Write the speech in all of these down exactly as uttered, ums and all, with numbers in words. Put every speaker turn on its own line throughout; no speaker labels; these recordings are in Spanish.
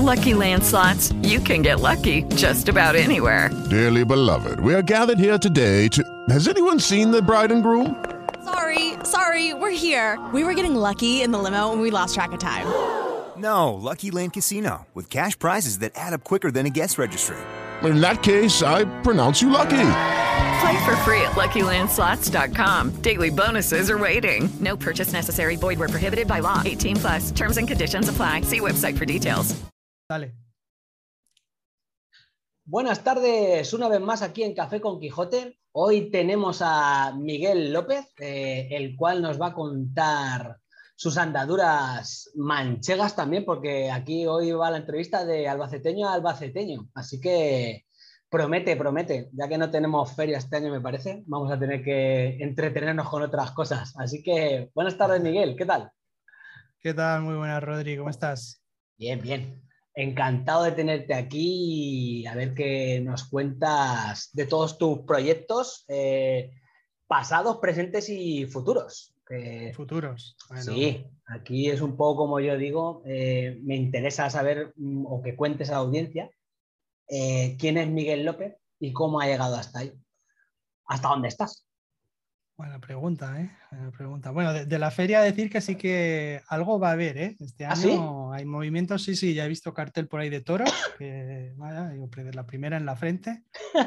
Lucky Land Slots, you can get lucky just about anywhere.
Dearly beloved, we are gathered here today to... Has anyone seen the bride and groom?
Sorry, sorry, we're here. We were getting lucky in the limo and we lost track of time.
No, Lucky Land Casino, with cash prizes that add up quicker than a guest registry.
In that case, I pronounce you lucky.
Play for free at Lucky Land Slots dot com. Daily bonuses are waiting. No purchase necessary. Void where prohibited by law. eighteen plus. Terms and conditions apply. See website for details.
Dale.
Buenas tardes, una vez más aquí en Café con Quijote. Hoy tenemos a Miguel López, eh, el cual nos va a contar sus andaduras manchegas también, porque aquí hoy va la entrevista de albaceteño a albaceteño. Así que promete, promete. Ya que no tenemos feria este año, me parece, vamos a tener que entretenernos con otras cosas. Así que buenas tardes, Miguel, ¿qué tal?
¿Qué tal? Muy buenas, Rodri, ¿cómo estás?
Bien, bien. Encantado de tenerte aquí y a ver qué nos cuentas de todos tus proyectos eh, pasados, presentes y futuros. Eh,
Futuros. Bueno.
Sí, aquí es un poco como yo digo, eh, me interesa saber mm, o que cuentes a la audiencia eh, quién es Miguel López y cómo ha llegado hasta ahí. ¿Hasta dónde estás?
Buena pregunta, ¿eh? Buena pregunta. Bueno, de, de la feria decir que sí que algo va a haber, ¿eh? Este año
¿Ah, sí?
hay movimientos, sí, sí, ya he visto cartel por ahí de toros, que vaya, digo, la primera en la frente,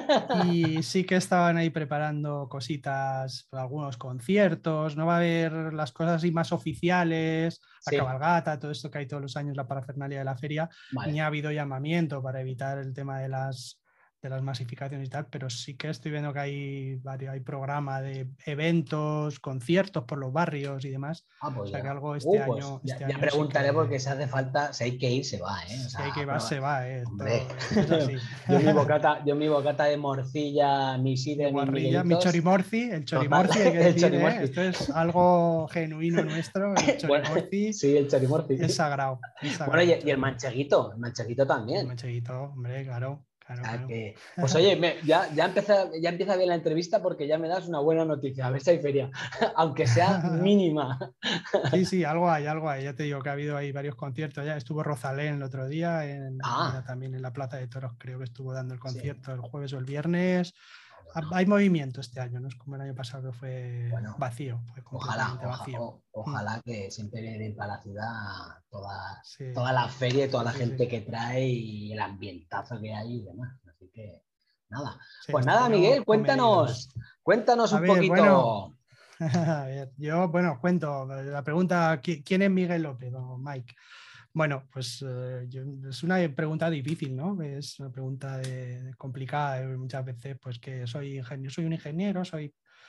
y sí que estaban ahí preparando cositas, algunos conciertos, no va a haber las cosas así más oficiales, la
Sí.
cabalgata, todo esto que hay todos los años, la parafernalia de la feria,
Vale.
ni ha habido llamamiento para evitar el tema de las de las masificaciones y tal, pero sí que estoy viendo que hay, varios, hay programa de eventos, conciertos por los barrios y demás.
Ah, pues
o sea
ya.
que algo este
Uh, pues
año...
ya,
Este
ya
año
preguntaré
sí que,
porque si hace falta, si hay que ir, se va, ¿eh? O
si
sea,
hay que va,
prueba.
se va, ¿eh? Esto,
Hombre.
esto es así.
yo, mi bocata, yo mi bocata de morcilla, mi
Mi
sidra, mis
guarrilla, mi
miguelitos.
chorimorci, el chorimorci,
Total,
hay que
el
decir,
chorimorci.
¿eh? Esto es algo genuino nuestro, el
Bueno,
chorimorci
sí, el chorimorci.
es sagrado. Es
Bueno,
sagrado
y,
el
y el
chorimorci.
mancheguito, el mancheguito
El
también.
mancheguito, hombre, claro, claro,
O sea
claro.
que, pues oye, me- ya, ya, empieza, ya empieza bien la entrevista porque ya me das una buena noticia. A ver si hay feria, aunque sea mínima.
Sí, sí, algo hay, algo hay. Ya te digo que ha habido ahí varios conciertos. Ya estuvo Rosalén el otro día, en,
Ah.
también en la Plaza de Toros, creo que estuvo dando el concierto
Sí.
el jueves o el viernes.
Bueno.
Hay movimiento este año, no es como el año pasado que fue
Bueno,
vacío, fue
Ojalá,
completamente
oja-
vacío.
o- ojalá que siempre viene para la ciudad toda,
Sí,
toda la feria y toda la
sí,
gente
sí.
que trae y el ambientazo que hay y demás. Así que nada.
Sí,
Pues
este
nada,
año
Miguel,
comedidos.
cuéntanos, cuéntanos
A
un
ver, bueno,
poquito.
a ver, yo, bueno, cuento la pregunta, ¿qui- ¿quién es Miguel López o Mike? Bueno, pues eh, yo- es una pregunta difícil, ¿no? Es una pregunta de- de complicada. eh, Muchas veces, pues que soy ingeniero, soy un ingeniero, soy...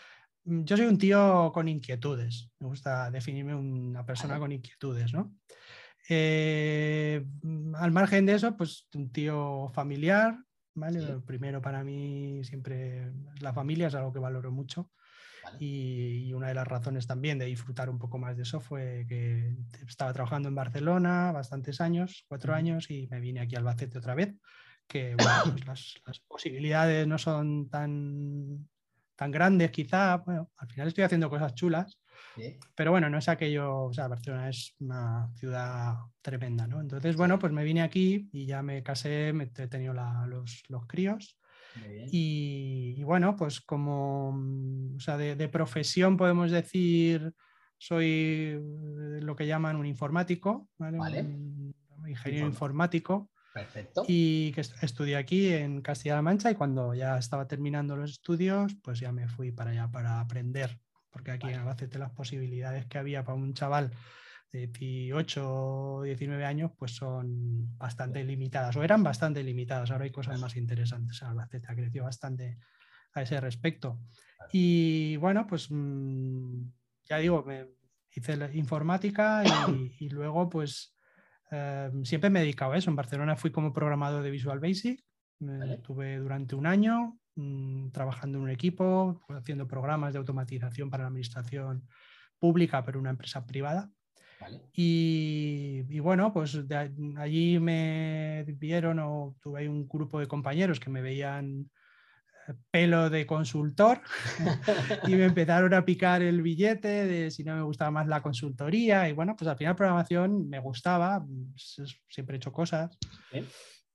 Yo soy un tío con inquietudes. Me gusta definirme una persona
Vale.
con inquietudes, ¿no? Eh, al margen de eso, pues un tío familiar, ¿vale?
Sí.
Primero para mí siempre la familia es algo que valoro mucho.
Vale.
Y, y una de las razones también de disfrutar un poco más de eso fue que estaba trabajando en Barcelona bastantes años, cuatro
Ujú.
años, y me vine aquí a Albacete otra vez, que bueno, pues las, las posibilidades no son tan, tan grandes quizá. Bueno, al final estoy haciendo cosas chulas,
Sí,
pero bueno, no es aquello, o sea, Barcelona es una ciudad tremenda, ¿no? Entonces, bueno,
sí,
pues me vine aquí y ya me casé, me, he tenido la- los, los críos.
muy bien.
Y, y bueno, pues como, o sea, de, de profesión podemos decir, soy eh, lo que llaman un informático, ¿vale?
Vale.
Un ingeniero
Informa-
informático,
Perfecto.
y que est- estudié aquí en Castilla-La Mancha, y cuando ya estaba terminando los estudios, pues ya me fui para allá para aprender, porque aquí
Vale.
en Albacete las posibilidades que había para un chaval de dieciocho o diecinueve años pues son bastante limitadas, o eran bastante limitadas. Ahora hay cosas más interesantes. Albacete ha crecido bastante a ese respecto. Y bueno, pues mmm, ya digo, me hice la informática y, y luego pues eh, siempre me he dedicado a eso. En Barcelona fui como programador de Visual Basic.
Vale.
Estuve durante un año mmm, trabajando en un equipo, haciendo programas de automatización para la administración pública, pero una empresa privada.
Vale.
Y, y bueno, pues de allí me vieron, o tuve ahí un grupo de compañeros que me veían pelo de consultor y me empezaron a picar el billete de si no me gustaba más la consultoría y bueno, pues al final programación me gustaba, siempre he hecho cosas. ¿Eh?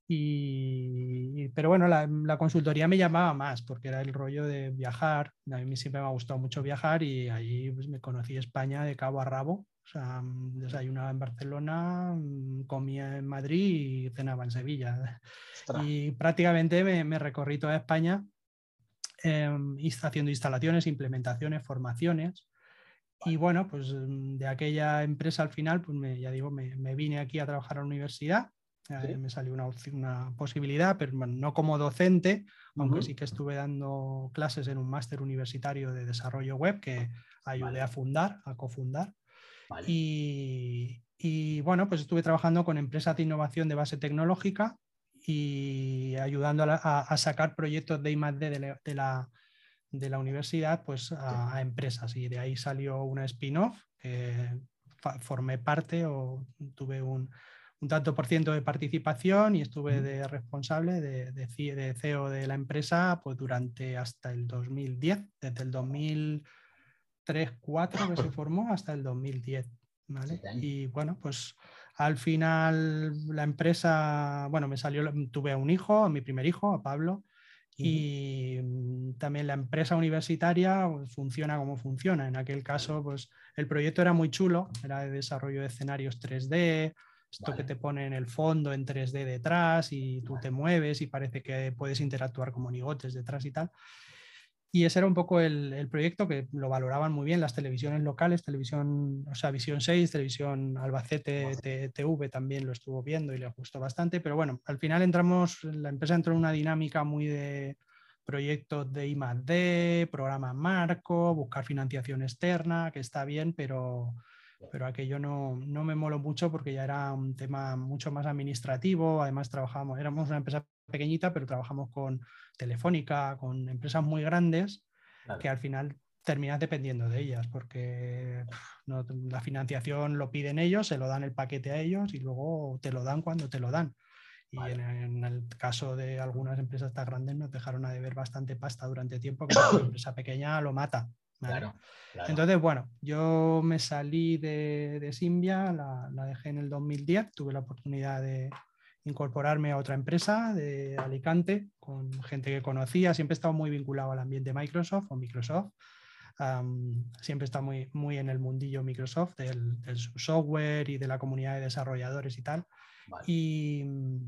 Y, pero bueno, la, la consultoría me llamaba más porque era el rollo de viajar. A mí siempre me ha gustado mucho viajar y ahí pues, me conocí España de cabo a rabo. O sea, desayunaba en Barcelona, comía en Madrid y cenaba en Sevilla. Ostras. Y prácticamente me, me recorrí toda España eh, haciendo instalaciones, implementaciones, formaciones. Y bueno, pues de aquella empresa al final, pues me, ya digo, me, me vine aquí a trabajar a la universidad. ¿Sí? Me salió una, una posibilidad, pero no como docente, uh-huh. aunque sí que estuve dando clases en un máster universitario de desarrollo web que ayudé vale. a fundar, a cofundar. Vale. Y, y bueno, pues estuve trabajando con empresas de innovación de base tecnológica y ayudando a, la, a, a sacar proyectos de I más D de la, de la, de la universidad pues a, a empresas. Y de ahí salió una spin-off que formé parte o tuve un... un tanto por ciento de participación y estuve de responsable de, de, de C E O de la empresa pues durante hasta el dos mil diez, desde el dos mil tres cuatro que se formó hasta el dos mil diez, ¿vale? Y bueno, pues al final la empresa, bueno, me salió, tuve a un hijo, a mi primer hijo, a Pablo, y uh-huh. también la empresa universitaria funciona como funciona. En aquel caso, pues el proyecto era muy chulo, era de desarrollo de escenarios tres D, esto vale. que te pone en el fondo en tres D detrás y tú vale. te mueves y parece que puedes interactuar como monigotes detrás y tal. Y ese era un poco el, el proyecto que lo valoraban muy bien las televisiones locales, televisión, o sea, Visión seis, televisión Albacete, T V también lo estuvo viendo y le gustó bastante, pero bueno, al final entramos, la empresa entró en una dinámica muy de proyectos de I más D, programa marco, buscar financiación externa, que está bien, pero... pero aquello no, no me moló mucho porque ya era un tema mucho más administrativo. Además trabajamos, éramos una empresa pequeñita, pero trabajamos con Telefónica, con empresas muy grandes, claro. que al final terminas dependiendo de ellas porque no, la financiación lo piden ellos, se lo dan el paquete a ellos y luego te lo dan cuando te lo dan. Y vale. en, en el caso de algunas empresas tan grandes nos dejaron a deber bastante pasta durante tiempo, que una empresa pequeña lo mata. ¿Vale? Claro, claro. Entonces, bueno, yo me salí de, de Symvia, la, la dejé en el dos mil diez, tuve la oportunidad de incorporarme a otra empresa de Alicante con gente que conocía, siempre he estado muy vinculado al ambiente Microsoft o Microsoft, um, siempre he estado muy, muy en el mundillo Microsoft, del, del software y de la comunidad de desarrolladores y tal. Vale. Y...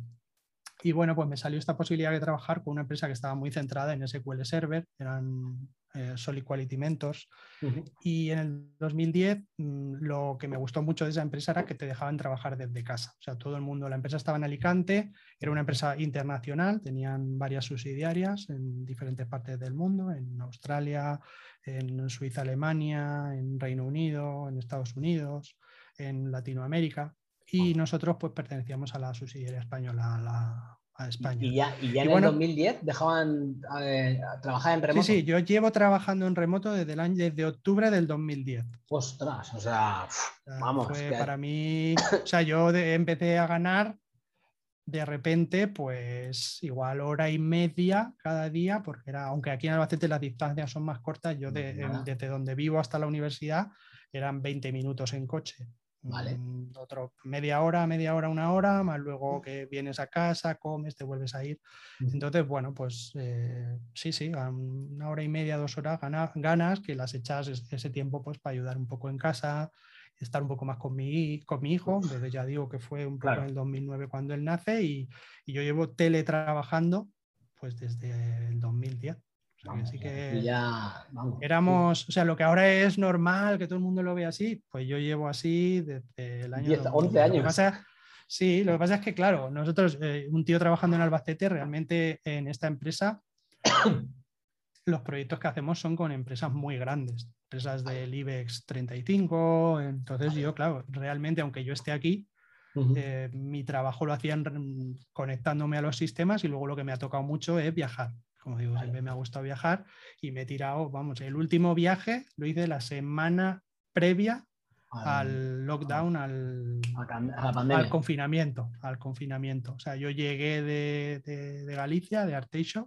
Y bueno, pues me salió esta posibilidad de trabajar con una empresa que estaba muy centrada en S Q L Server, eran eh, Solid Quality Mentors. Uh-huh. Y en el dos mil diez mmm, lo que me gustó mucho de esa empresa era que te dejaban trabajar desde casa. O sea, todo el mundo, la empresa estaba en Alicante, era una empresa internacional, tenían varias subsidiarias en diferentes partes del mundo, en Australia, en Suiza, Alemania, en Reino Unido, en Estados Unidos, en Latinoamérica. Y nosotros pues pertenecíamos a la subsidiaria española, a, la, a España.
¿Y ya, y ya en y
bueno,
el dos mil diez dejaban eh, trabajar en remoto?
Sí, sí, yo llevo trabajando en remoto desde, el año, desde octubre del dos mil diez.
Ostras, o sea,
o sea
vamos.
Fue
que...
para mí, o sea, yo de, empecé a ganar de repente, pues igual hora y media cada día, porque era, aunque aquí en Albacete las distancias son más cortas, yo de, en, desde donde vivo hasta la universidad eran veinte minutos en coche.
Vale.
Otro media hora, media hora, una hora, más luego que vienes a casa, comes, te vuelves a ir. Entonces, bueno, pues eh, sí, sí, una hora y media, dos horas ganas, ganas que las echas ese tiempo pues para ayudar un poco en casa, estar un poco más con mi, con mi hijo, desde ya digo que fue un poco claro. en el dos mil nueve cuando él nace y, y yo llevo teletrabajando pues desde el dos mil diez. O sea,
vamos,
así que
ya, vamos.
éramos, o sea, lo que ahora es normal, que todo el mundo lo ve así, pues yo llevo así desde el año...
diez, once años.
Lo que pasa, sí, lo que pasa es que, claro, nosotros, eh, un tío trabajando en Albacete, realmente en esta empresa, los proyectos que hacemos son con empresas muy grandes, empresas del IBEX treinta y cinco, entonces yo, claro, realmente, aunque yo esté aquí, uh-huh. eh, mi trabajo lo hacían conectándome a los sistemas y luego lo que me ha tocado mucho es viajar. Como digo, vale. siempre me ha gustado viajar y me he tirado, vamos, el último viaje lo hice la semana previa al, al lockdown, al,
a la
al confinamiento, al confinamiento. O sea, yo llegué de, de, de Galicia, de Arteixo,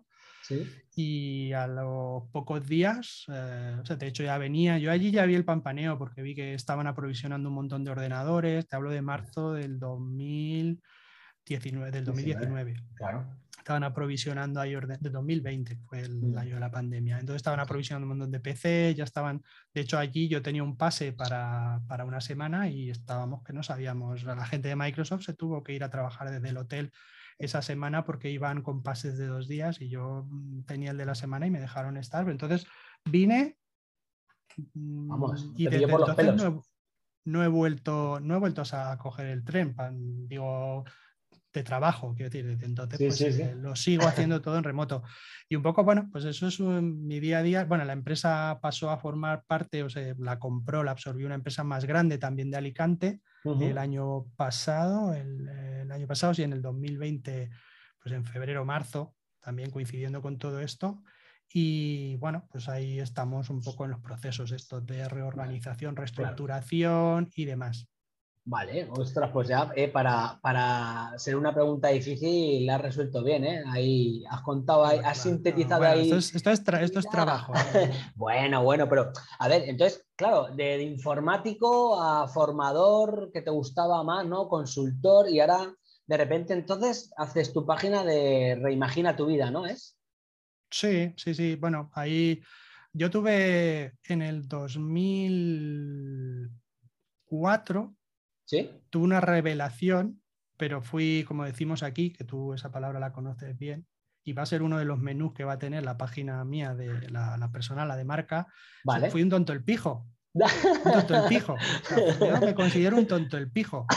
Sí.
Y a los pocos días, eh, o sea, de hecho ya venía, yo allí ya vi el pampaneo porque vi que estaban aprovisionando un montón de ordenadores, te hablo de marzo del dos mil diecinueve, del dos mil diecinueve.
Claro.
Estaban aprovisionando ahí orden, del dos mil veinte, fue el
Mm.
año de la pandemia. Entonces estaban aprovisionando un montón de P C, ya estaban, de hecho allí yo tenía un pase para, para una semana y estábamos que no sabíamos, la gente de Microsoft se tuvo que ir a trabajar desde el hotel esa semana porque iban con pases de dos días y yo tenía el de la semana y me dejaron estar. Pero entonces vine
Vamos,
y
te
desde
pilló por los
entonces
pelos.
no he, no he vuelto, no he vuelto a coger el tren, pan, digo, de trabajo, quiero decir, desde entonces
Sí,
pues
sí, sí.
eh, lo sigo haciendo todo en remoto. Y un poco, bueno, pues eso es un- mi día a día. Bueno, la empresa pasó a formar parte, o sea, la compró, la absorbió una empresa más grande también de Alicante
Ujú.
el año pasado, el, el año pasado, sí, en el dos mil veinte, pues en febrero, marzo, también coincidiendo con todo esto. Y bueno, pues ahí estamos un poco en los procesos estos de reorganización, reestructuración y demás.
Vale, ostras, pues ya eh, para, para ser una pregunta difícil la has resuelto bien, ¿eh? Ahí has contado, ahí,
Ah,
has
que va. No,
sintetizado
bueno, esto
ahí.
es, esto es, tra- esto es trabajo. ¿eh?
Bueno, bueno, pero a ver, entonces, claro, de, de informático a formador que te gustaba más, ¿no? Consultor y ahora de repente entonces haces tu página de Reimagina tu vida, ¿no es?
Sí, sí, sí. Bueno, ahí yo tuve en el dos mil cuatro,
Sí.
tuve una revelación, pero fui, como decimos aquí, que tú esa palabra la conoces bien, y va a ser uno de los menús que va a tener la página mía de la, la personal, la de marca. So- Fui
Vale.
un tonto el pijo, un tonto el pijo. O sea, yo me considero un tonto el pijo.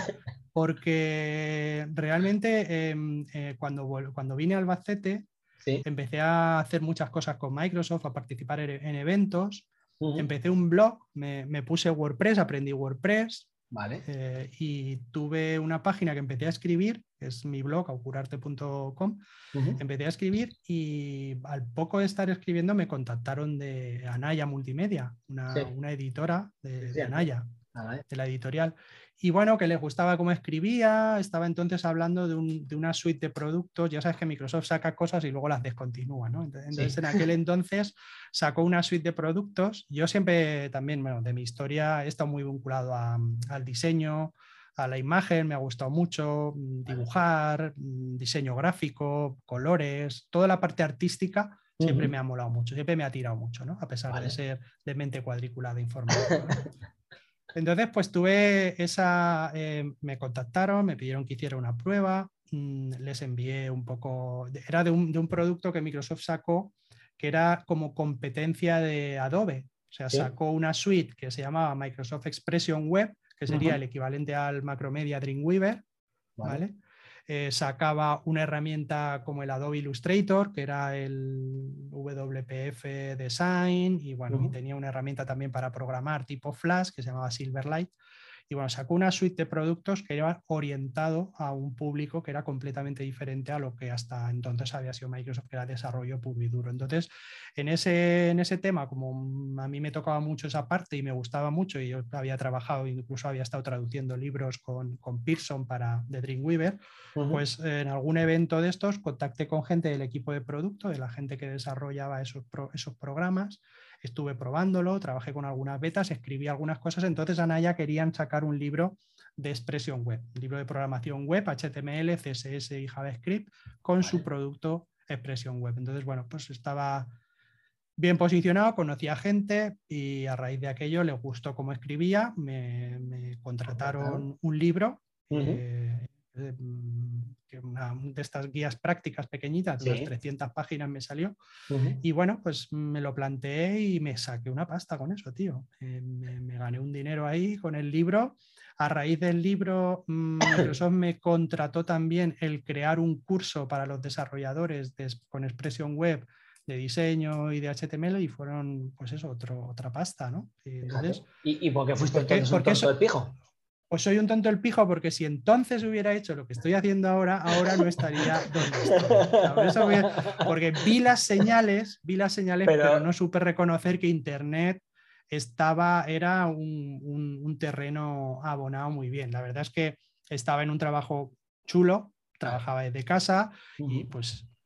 Porque realmente em, eh, cuando, vol- cuando vine a Albacete
Sí.
empecé a hacer muchas cosas con Microsoft, a participar en, en eventos,
Ujú.
empecé un blog, me, me puse WordPress, aprendí WordPress
Vale.
eh, y tuve una página que empecé a escribir, que es mi blog, augurarte punto com.
Ujú.
Empecé a escribir y al poco de estar escribiendo me contactaron de Anaya Multimedia, una,
Sí.
una editora de,
Sí, sí,
de Anaya,
ah, vale.
de la editorial. Y bueno, que les gustaba cómo escribía, estaba entonces hablando de, un, de una suite de productos. Ya sabes que Microsoft saca cosas y luego las descontinúa, ¿no? Entonces, entonces
Sí.
en aquel entonces sacó una suite de productos. Yo siempre también, bueno, de mi historia he estado muy vinculado a, al diseño, a la imagen, me ha gustado mucho dibujar, diseño gráfico, colores, toda la parte artística siempre
Ujú.
me ha molado mucho, siempre me ha tirado mucho, ¿no? A pesar
Vale.
de ser de mente cuadriculada informática, ¿no? Entonces, pues tuve esa, eh, me contactaron, me pidieron que hiciera una prueba, mmm, les envié un poco, era de un, de un producto que Microsoft sacó que era como competencia de Adobe, o sea,
Sí.
sacó una suite que se llamaba Microsoft Expression Web, que sería
Ujú.
el equivalente al Macromedia Dreamweaver,
Vale.
¿vale? Eh, sacaba una herramienta como el Adobe Illustrator, que era el W P F Design, y bueno,
Ujú.
y tenía una herramienta también para programar tipo Flash, que se llamaba Silverlight. Y bueno, sacó una suite de productos que iba orientado a un público que era completamente diferente a lo que hasta entonces había sido Microsoft, que era desarrollo puro y duro. Entonces, en ese, en ese tema, como a mí me tocaba mucho esa parte y me gustaba mucho, y yo había trabajado, incluso había estado traduciendo libros con, con Pearson para, de Dreamweaver,
Ujú.
pues en algún evento de estos contacté con gente del equipo de producto, de la gente que desarrollaba esos, pro, esos programas. Estuve probándolo, trabajé con algunas betas, escribí algunas cosas. Entonces Anaya querían sacar un libro de expresión web, un libro de programación web, H T M L, C S S y JavaScript con
Vale.
su producto expresión web. Entonces, bueno, pues estaba bien posicionado, conocía gente y a raíz de aquello les gustó cómo escribía, me, me contrataron un libro.
Ujú.
eh, eh, que una de estas guías prácticas pequeñitas, de unas
Sí.
trescientas páginas me salió.
Ujú.
Y bueno, pues me lo planteé y me saqué una pasta con eso, tío. Eh, me, me gané un dinero ahí con el libro. A raíz del libro, Microsoft me contrató también el crear un curso para los desarrolladores de, con Expression Web de diseño y de H T M L y fueron, pues eso, otro, otra pasta, ¿no? Y entonces,
¿Y, ¿Y por qué fuiste
¿por qué,
entonces un
por qué
tonto
eso?
del pijo?
Pues soy un tonto el pijo porque si entonces hubiera hecho lo que estoy haciendo ahora, ahora no estaría donde estoy. O sea, por eso voy a, porque vi las señales, vi las señales, pero,
pero
no supe reconocer que Internet estaba, era un, un, un terreno abonado muy bien. La verdad es que estaba en un trabajo chulo, trabajaba desde casa y pues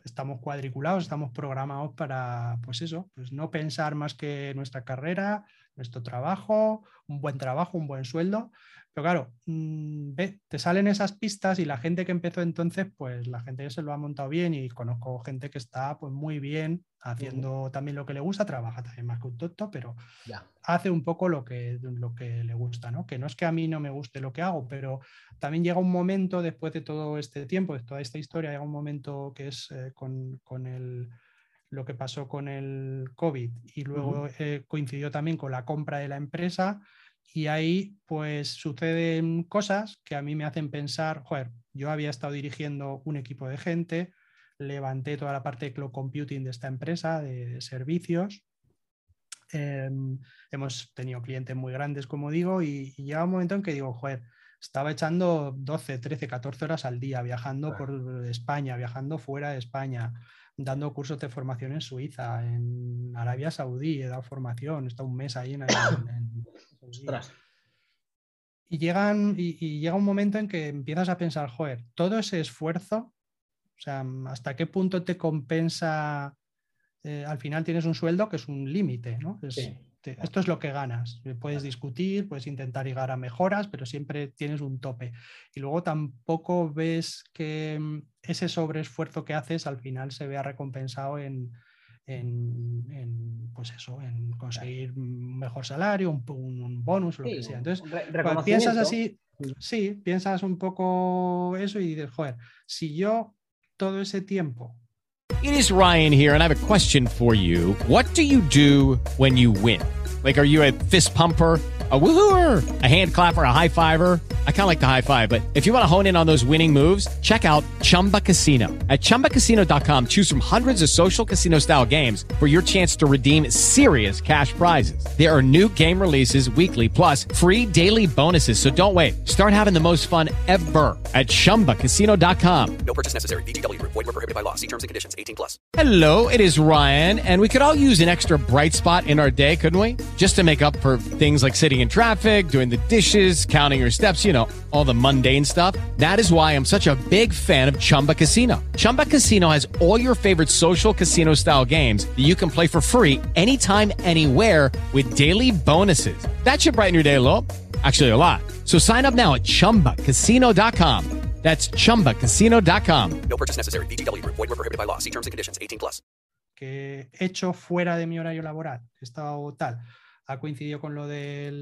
estamos cuadriculados, estamos programados para, pues eso, pues no pensar más que nuestra carrera, nuestro trabajo, un buen trabajo, un buen sueldo. Pero claro, mmm, ve, te salen esas pistas y la gente que empezó entonces, pues la gente que se lo ha montado bien, y conozco gente que está pues muy bien haciendo uh-huh. también lo que le gusta, trabaja también más que un tonto, pero yeah. hace un poco lo que, lo que le gusta, ¿no? Que no es que a mí no me guste lo que hago, pero también llega un momento después de todo este tiempo, de toda esta historia, llega un momento que es eh, con, con el... lo que pasó con el COVID y luego uh-huh. eh, coincidió también con la compra de la empresa, y ahí pues suceden cosas que a mí me hacen pensar, joder, yo había estado dirigiendo un equipo de gente, levanté toda la parte de cloud computing de esta empresa, de, de servicios, eh, hemos tenido clientes muy grandes, como digo, y, y llega un momento en que digo, joder, estaba echando doce, trece, catorce horas al día, viajando uh-huh. por España, viajando fuera de España, dando cursos de formación en Suiza, en Arabia Saudí, he dado formación, he estado un mes ahí en, en, en y, llegan, y, y llega un momento en que empiezas a pensar, joder, todo ese esfuerzo, o sea, ¿hasta qué punto te compensa? Eh, al final tienes un sueldo que es un límite, ¿no? Es,
sí.
te, esto es lo que ganas. Puedes discutir, puedes intentar llegar a mejoras, pero siempre tienes un tope. Y luego tampoco ves que ese sobreesfuerzo que haces al final se vea recompensado en, en, en pues eso, en conseguir un mejor salario, un, un bonus o lo sí, que sea. Entonces, cuando piensas así, sí, piensas un poco eso y dices, joder, si yo todo ese tiempo...
It is Ryan here, and I have a question for you. What do you do when you win? Like, are you a fist pumper, a woohooer, a hand clapper, a high fiver? I kind of like the high five, but if you want to hone in on those winning moves, check out Chumba Casino. At chumba casino dot com, choose from hundreds of social casino style games for your chance to redeem serious cash prizes. There are new game releases weekly, plus free daily bonuses. So don't wait. Start having the most fun ever at chumba casino dot com.
No purchase necessary. V G W. Void where prohibited by law. See terms and conditions. eighteen plus.
Hello, it is Ryan, and we could all use an extra bright spot in our day, couldn't we? Just to make up for things like sitting in traffic, doing the dishes, counting your steps, you know, all the mundane stuff. That is why I'm such a big fan of Chumba Casino. Chumba Casino has all your favorite social casino style games that you can play for free anytime, anywhere with daily bonuses. That should brighten your day a little. Actually, a lot. So sign up now at chumba casino dot com. That's chumba casino dot com.
No purchase necessary. V G W. Void where prohibited by law. See terms and conditions. eighteen plus.
Que he hecho fuera de mi horario laboral, he estado tal, ha coincidido con lo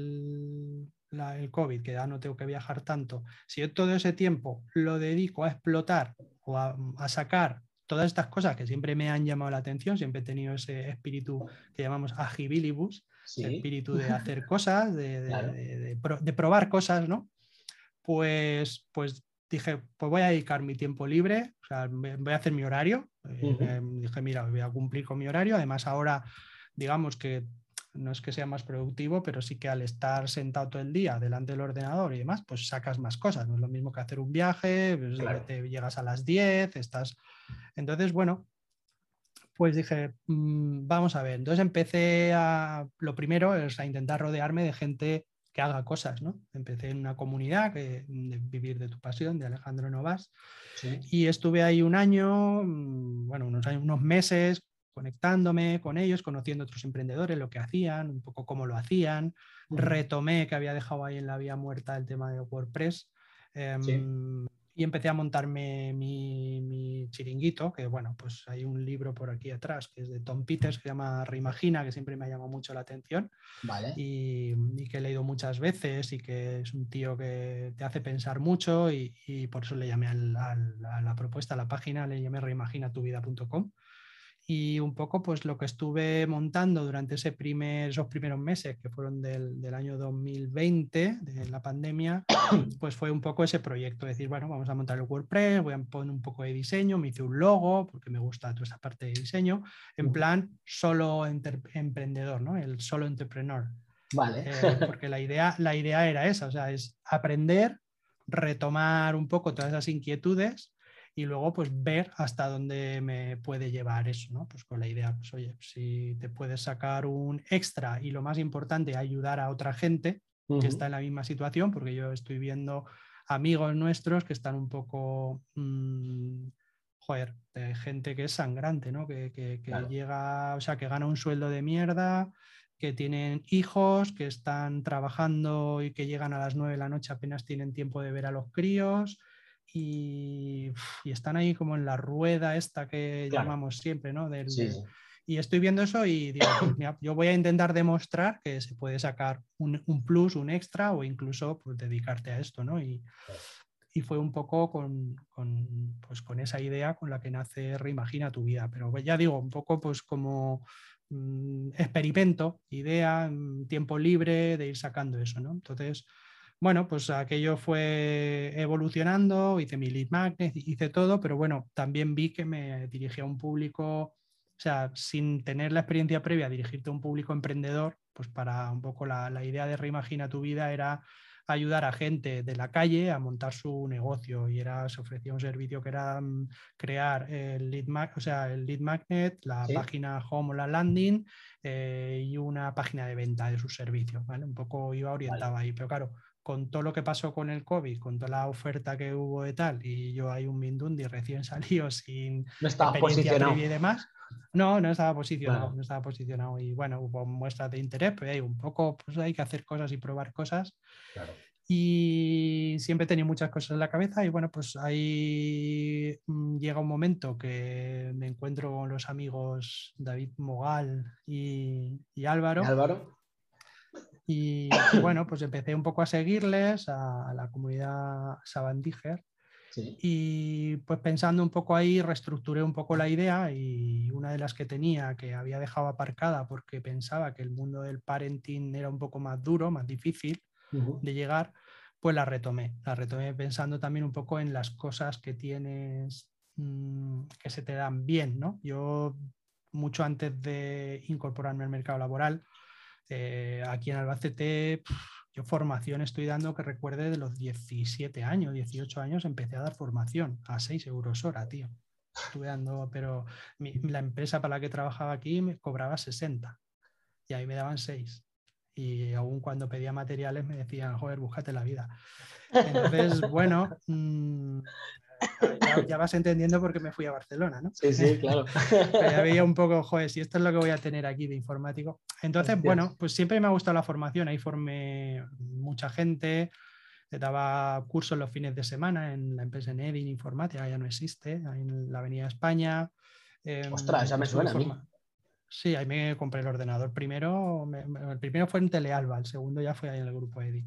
del la, el COVID, que ya no tengo que viajar tanto. Si yo todo ese tiempo lo dedico a explotar o a, a sacar todas estas cosas que siempre me han llamado la atención, siempre he tenido ese espíritu que llamamos agibilibus, sí. El espíritu de hacer cosas, de, de, claro. de, de, de, de probar cosas, ¿no? Pues, pues dije, pues voy a dedicar mi tiempo libre, o sea, voy a hacer mi horario. Uh-huh. Eh, dije, mira, voy a cumplir con mi horario. Además, ahora, digamos que no es que sea más productivo, pero sí que al estar sentado todo el día delante del ordenador y demás, pues sacas más cosas. No es lo mismo que hacer un viaje, pues, claro. Te llegas a las diez, estás... Entonces, bueno, pues dije, mmm, vamos a ver. Entonces empecé a... Lo primero es a intentar rodearme de gente que haga cosas, ¿no? Empecé en una comunidad que, de Vivir de tu Pasión, de Alejandro Novas, sí. Y estuve ahí un año, bueno, unos, unos meses conectándome con ellos, conociendo otros emprendedores, lo que hacían, un poco cómo lo hacían. Uh-huh. Retomé que había dejado ahí en la vía muerta el tema de WordPress. Eh, sí. Y empecé a montarme mi, mi chiringuito, que bueno, pues hay un libro por aquí atrás que es de Tom Peters, que se llama Reimagina, que siempre me ha llamado mucho la atención. Vale. y, y que he leído muchas veces y que es un tío que te hace pensar mucho y, y por eso le llamé al, al, a la propuesta, a la página, le llamé reimagina tu vida punto com. Y un poco pues lo que estuve montando durante ese primer, esos primeros meses que fueron del, del año dos mil veinte, de la pandemia, pues fue un poco ese proyecto, decir, bueno, vamos a montar el WordPress, voy a poner un poco de diseño, me hice un logo, porque me gusta toda esa parte de diseño, en plan solo enter- emprendedor, ¿no? El solo entrepreneur. Vale. Eh, porque la idea, la idea era esa, o sea, es aprender, retomar un poco todas esas inquietudes y luego pues ver hasta dónde me puede llevar eso, ¿no? Pues con la idea, pues oye, si te puedes sacar un extra y lo más importante, ayudar a otra gente uh-huh. que está en la misma situación, porque yo estoy viendo amigos nuestros que están un poco mmm, joder, de gente que es sangrante, ¿no? Que, que, que
Claro.
llega, o sea, que gana un sueldo de mierda, que tienen hijos, que están trabajando y que llegan a las nueve de la noche, apenas tienen tiempo de ver a los críos y, y están ahí como en la rueda esta que
Claro.
llamamos siempre, ¿no? Del,
Sí,
del-
sí.
Y estoy viendo eso y digo, pues mira, yo voy a intentar demostrar que se puede sacar un, un plus, un extra o incluso pues, dedicarte a esto, ¿no? Y, y fue un poco con, con, pues, con esa idea con la que nace Reimagina tu vida. Pero pues, ya digo, un poco pues como mm, experimento, idea, mm, tiempo libre de ir sacando eso, ¿no? Entonces, bueno, pues aquello fue evolucionando, hice mi lead magnet, hice todo, pero bueno, también vi que me dirigía a un público, o sea, sin tener la experiencia previa, dirigirte a un público emprendedor, pues para un poco la, la idea de Reimagina tu vida era ayudar a gente de la calle a montar su negocio y era, se ofrecía un servicio que era um, crear el lead, mag, o sea, el lead magnet, la
¿Sí?
página home o la landing eh, y una página de venta de sus servicios, ¿vale? Un poco iba orientado
Vale.
ahí, pero claro, con todo lo que pasó con el COVID, con toda la oferta que hubo de tal, y yo hay un Mindundi recién salido sin
No estabas
experiencia
posicionado.
previa y demás, no, no estaba posicionado,
Claro.
no estaba posicionado y bueno, hubo muestras de interés, pero hay un poco, pues hay que hacer cosas y probar cosas.
Claro.
Y siempre he tenido muchas cosas en la cabeza y bueno, pues ahí mm, llega un momento que me encuentro con los amigos David Mogal y, y Álvaro.
¿Y Álvaro?
Y, y bueno, pues empecé un poco a seguirles, a, a la comunidad Sabandiger.
Sí.
Y pues pensando un poco ahí, reestructuré un poco la idea y una de las que tenía, que había dejado aparcada porque pensaba que el mundo del parenting era un poco más duro, más difícil
Uh-huh.
de llegar, pues la retomé. La retomé pensando también un poco en las cosas que tienes, mmm, que se te dan bien, ¿no? Yo, mucho antes de incorporarme al mercado laboral, eh, aquí en Albacete, pff, yo formación estoy dando que recuerde de los diecisiete años, dieciocho años, empecé a dar formación a seis euros hora, tío. Estuve dando, pero mi, la empresa para la que trabajaba aquí me cobraba sesenta y ahí me daban seis. Y aún cuando pedía materiales me decían, joder, búscate la vida. Entonces, bueno, mmm, ya, ya vas entendiendo por qué me fui a Barcelona, ¿no?
Sí, sí, claro.
Pero ya veía un poco, joder, si esto es lo que voy a tener aquí de informático. Entonces,
Hostia.
bueno, pues siempre me ha gustado la formación. Ahí formé mucha gente, daba cursos los fines de semana en la empresa Nedin Informática, ya no existe, ahí en la Avenida España. Eh,
Ostras, esa me suena a mí.
forma... Sí, ahí me compré el ordenador. Primero, me, me, el primero fue en Telealba, el segundo ya fue ahí en el grupo Edin.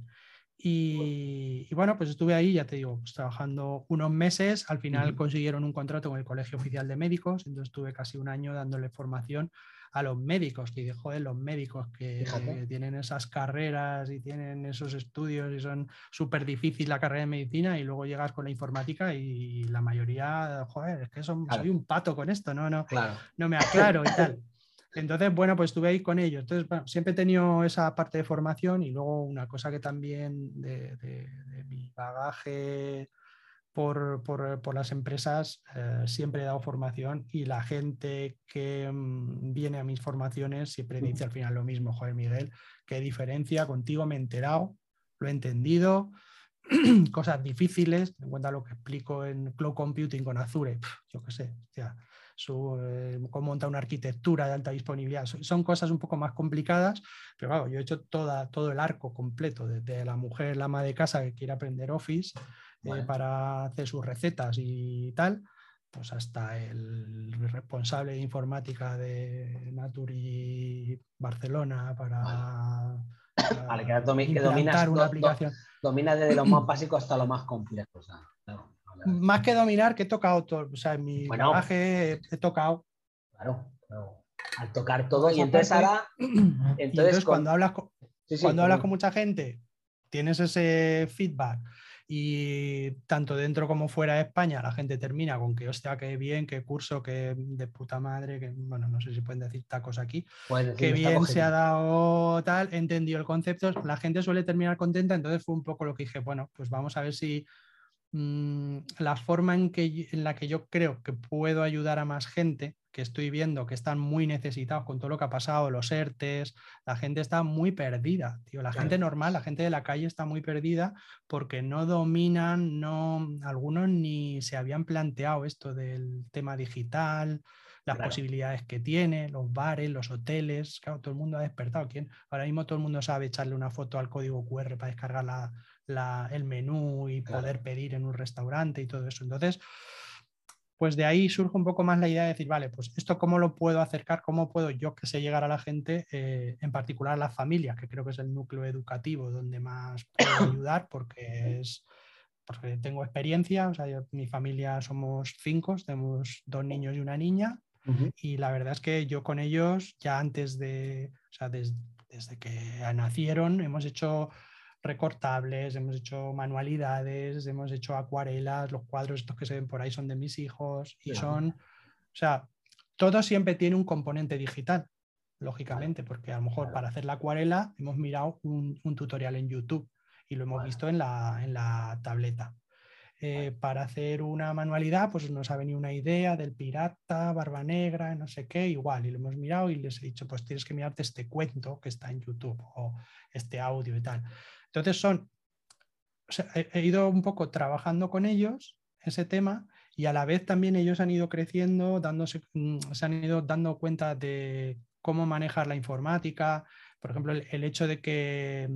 Y, y bueno, pues estuve ahí, ya te digo, pues trabajando unos meses. Al final uh-huh. consiguieron un contrato con el Colegio Oficial de Médicos, entonces estuve casi un año dándole formación a los médicos, que dijo, joder, los médicos que, que tienen esas carreras y tienen esos estudios y son súper difícil la carrera de medicina y luego llegas con la informática y la mayoría, joder, es que son, claro. soy un pato con esto, no, no,
claro.
no me aclaro y tal. Entonces, bueno, pues estuve ahí con ellos. Entonces, bueno, siempre he tenido esa parte de formación y luego una cosa que también de, de, de mi bagaje por, por, por las empresas, eh, siempre he dado formación y la gente que mmm, viene a mis formaciones siempre dice al final lo mismo, joder, Miguel, qué diferencia, contigo me he enterado, lo he entendido, cosas difíciles, me cuenta lo que explico en Cloud Computing con Azure, Pff, yo qué sé, ya. Su, eh, cómo montar una arquitectura de alta disponibilidad. Son cosas un poco más complicadas, pero claro, yo he hecho toda, todo el arco completo, desde la mujer, la ama de casa que quiere aprender Office bueno. eh, para hacer sus recetas y tal, pues hasta el responsable de informática de Naturi Barcelona para,
vale.
para
vale, que, domi
implantar
que dominas,
una
do,
aplicación.
Do, domina desde lo más básico hasta lo más complejo. O sea, claro.
Más que dominar, que he tocado todo. O sea, en mi
bueno,
bagaje he, he tocado.
Claro, claro. Al tocar todo. Y entonces parte, ahora.
Entonces, entonces con, cuando hablas, con, sí, sí, cuando hablas con mucha gente, tienes ese feedback. Y tanto dentro como fuera de España, la gente termina con que, hostia, qué bien, qué curso, qué de puta madre, que bueno, no sé si pueden decir tacos aquí, qué bien se ha dado tal, he entendido el concepto, la gente suele terminar contenta, entonces fue un poco lo que dije, bueno, pues vamos a ver si mmm, la forma en, que, en la que yo creo que puedo ayudar a más gente, que estoy viendo que están muy necesitados con todo lo que ha pasado, los ERTES, la gente está muy perdida, tío. La
Claro.
gente normal, la gente de la calle está muy perdida porque no dominan, no, algunos ni se habían planteado esto del tema digital, las
Claro.
posibilidades que tiene, los bares, los hoteles. Claro, todo el mundo ha despertado. ¿Quién? Ahora mismo todo el mundo sabe echarle una foto al código cu erre para descargar la, la, el menú y
Claro.
poder pedir en un restaurante y todo eso. Entonces, pues de ahí surge un poco más la idea de decir, vale, pues esto cómo lo puedo acercar, cómo puedo yo que sé llegar a la gente, eh, en particular a las familias, que creo que es el núcleo educativo donde más puedo ayudar porque es... porque tengo experiencia, o sea, yo, mi familia somos cinco, tenemos dos niños y una niña, uh-huh. Y la verdad es que yo con ellos ya antes de, o sea, des, desde que nacieron hemos hecho recortables, hemos hecho manualidades, hemos hecho acuarelas, los cuadros estos que se ven por ahí son de mis hijos y son, o sea, todo siempre tiene un componente digital, lógicamente, porque a lo mejor para hacer la acuarela hemos mirado un, un tutorial en YouTube y lo hemos visto en la, en la tableta. Eh, para hacer una manualidad, pues nos ha venido una idea del pirata, barba negra, no sé qué, igual, y lo hemos mirado y les he dicho, pues tienes que mirarte este cuento que está en YouTube o este audio y tal. Entonces son, o sea, he, he ido un poco trabajando con ellos ese tema y a la vez también ellos han ido creciendo, dándose, se han ido dando cuenta de cómo manejar la informática, por ejemplo, el, el hecho de que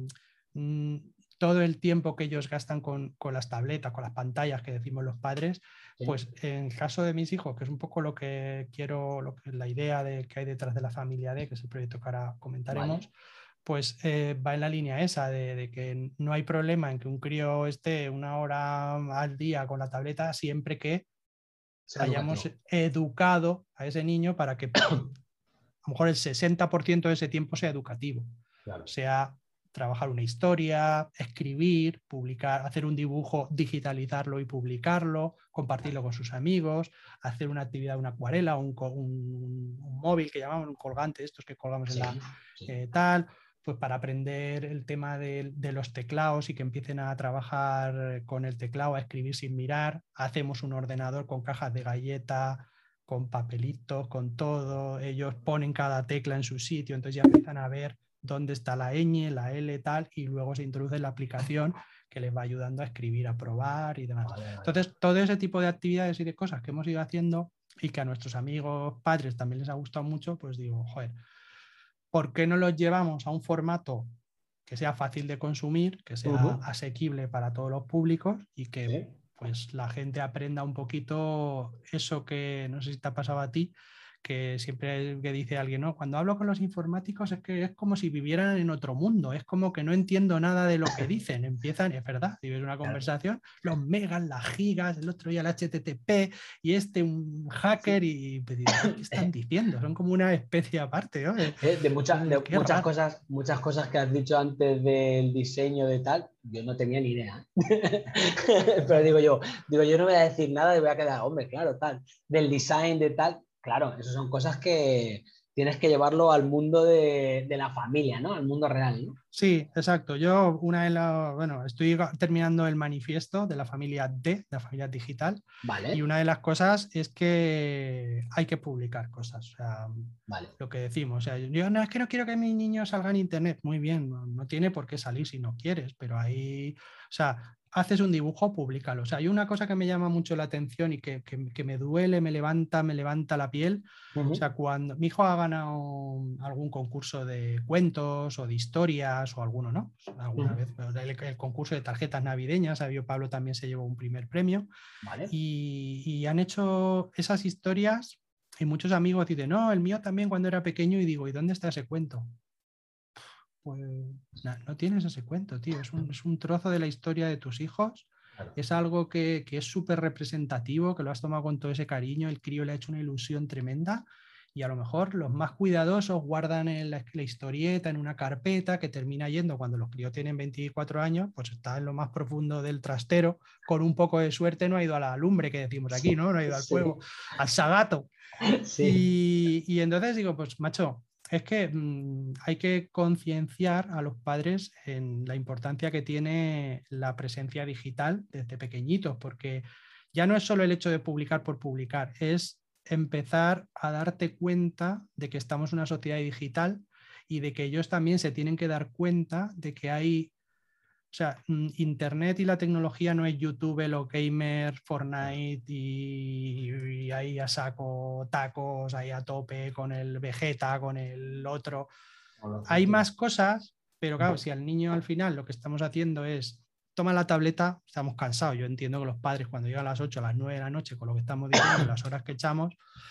mmm, todo el tiempo que ellos gastan con, con las tabletas, con las pantallas que decimos los padres, sí. Pues en el caso de mis hijos, que es un poco lo que quiero, lo que, la idea de, que hay detrás de la familia D, que es el proyecto que ahora comentaremos, vale. Pues eh, va en la línea esa de, de que no hay problema en que un crío esté una hora al día con la tableta siempre que sea hayamos educativo. Educado a ese niño para que a lo mejor el sesenta por ciento de ese tiempo sea educativo, claro. Sea trabajar una historia, escribir, publicar, hacer un dibujo, digitalizarlo y publicarlo, compartirlo con sus amigos, hacer una actividad, una acuarela, un, un, un móvil que llamamos un colgante, estos que colgamos sí, en la sí. eh, tal, pues para aprender el tema de, de los teclados y que empiecen a trabajar con el teclado, a escribir sin mirar. Hacemos un ordenador con cajas de galleta, con papelitos, con todo. Ellos ponen cada tecla en su sitio, entonces ya empiezan a ver dónde está la ñ, la L, tal, y luego se introduce en la aplicación que les va ayudando a escribir, a probar y demás. Vale, vale. Entonces, todo ese tipo de actividades y de cosas que hemos ido haciendo y que a nuestros amigos padres también les ha gustado mucho, pues digo, joder, ¿por qué no los llevamos a un formato que sea fácil de consumir, que sea uh-huh. asequible para todos los públicos y que ¿sí? pues la gente aprenda un poquito eso que no sé si te ha pasado a ti, que siempre que dice alguien, no, cuando hablo con los informáticos es que es como si vivieran en otro mundo, es como que no entiendo nada de lo que dicen, empiezan, es verdad, si ves una conversación, los megas, las gigas, el otro día el hache te te pe y este un hacker y, y ¿qué están diciendo? Son como una especie aparte, ¿no? De,
de, mucha, de muchas cosas, muchas cosas que has dicho antes del diseño de tal, yo no tenía ni idea. Pero digo yo, digo yo no voy a decir nada y voy a quedar, hombre, claro, tal, del design de tal. Claro, esas son cosas que tienes que llevarlo al mundo de, de la familia, ¿no? Al mundo real, ¿no?
Sí, exacto. Yo una de las, bueno, estoy terminando el manifiesto de la familia D, de la familia digital. Vale. Y una de las cosas es que hay que publicar cosas. O sea, vale. Lo que decimos. O sea, yo no es que no quiero que mi niño salga en internet. Muy bien, no, no tiene por qué salir si no quieres, pero ahí, o sea, haces un dibujo, públicalo. O sea, hay una cosa que me llama mucho la atención y que, que, que me duele, me levanta, me levanta la piel. Uh-huh. O sea, cuando mi hijo ha ganado algún concurso de cuentos o de historias o alguno, ¿no? Alguna uh-huh. vez el, el concurso de tarjetas navideñas, Sabio Pablo también se llevó un primer premio. Vale. Y, y han hecho esas historias y muchos amigos dicen, no, el mío también cuando era pequeño, y digo, ¿y dónde está ese cuento? Pues no, no tienes ese cuento, tío. Es un, es un trozo de la historia de tus hijos. Claro. Es algo que, que es súper representativo, que lo has tomado con todo ese cariño. El crío le ha hecho una ilusión tremenda. Y a lo mejor los más cuidadosos guardan en la, la historieta en una carpeta que termina yendo cuando los críos tienen veinticuatro años, pues está en lo más profundo del trastero. Con un poco de suerte no ha ido a la lumbre, que decimos aquí, ¿no? No ha ido al fuego, sí. Al sagato. Sí. Y, y entonces digo, pues macho, es que mmm, hay que concienciar a los padres en la importancia que tiene la presencia digital desde pequeñitos, porque ya no es solo el hecho de publicar por publicar, es empezar a darte cuenta de que estamos en una sociedad digital y de que ellos también se tienen que dar cuenta de que hay, o sea, Internet y la tecnología no es YouTube, los gamers, Fortnite y, y ahí a saco tacos, ahí a tope con el Vegeta, con el otro. Hay más cosas, pero claro, si al niño al final lo que estamos haciendo es toma la tableta, estamos cansados. Yo entiendo que los padres cuando llegan a las ocho, a las nueve de la noche, con lo que estamos diciendo, las horas que echamos,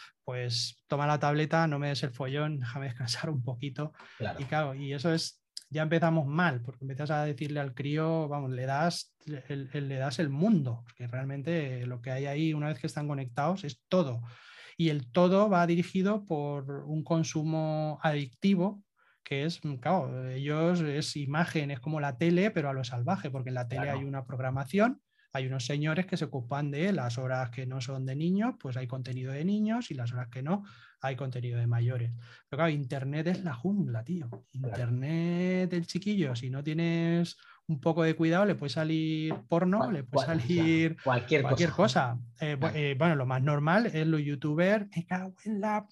pues toma la tableta, no me des el follón, déjame descansar un poquito. Claro. Y claro, y eso es, ya empezamos mal, porque empiezas a decirle al crío, vamos, le das el, el, le das el mundo, porque realmente lo que hay ahí una vez que están conectados es todo. Y el todo va dirigido por un consumo adictivo, que es, claro, ellos es imagen, es como la tele, pero a lo salvaje, porque en la tele claro. hay una programación, hay unos señores que se ocupan de las horas que no son de niños, pues hay contenido de niños, y las horas que no, hay contenido de mayores. Pero claro, Internet es la jungla, tío. Internet del chiquillo, si no tienes un poco de cuidado, le puede salir porno, cual, le puede cual, salir
o sea, cualquier,
cualquier cosa.
cosa.
Eh, claro. eh, bueno, lo más normal es los youtubers, me cago en la...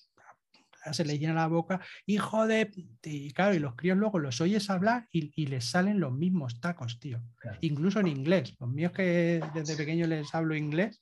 se le llena la boca, hijo de... Y claro, y los críos luego los oyes hablar y, y les salen los mismos tacos, tío. Claro. Incluso en inglés. Los míos que desde pequeño les hablo inglés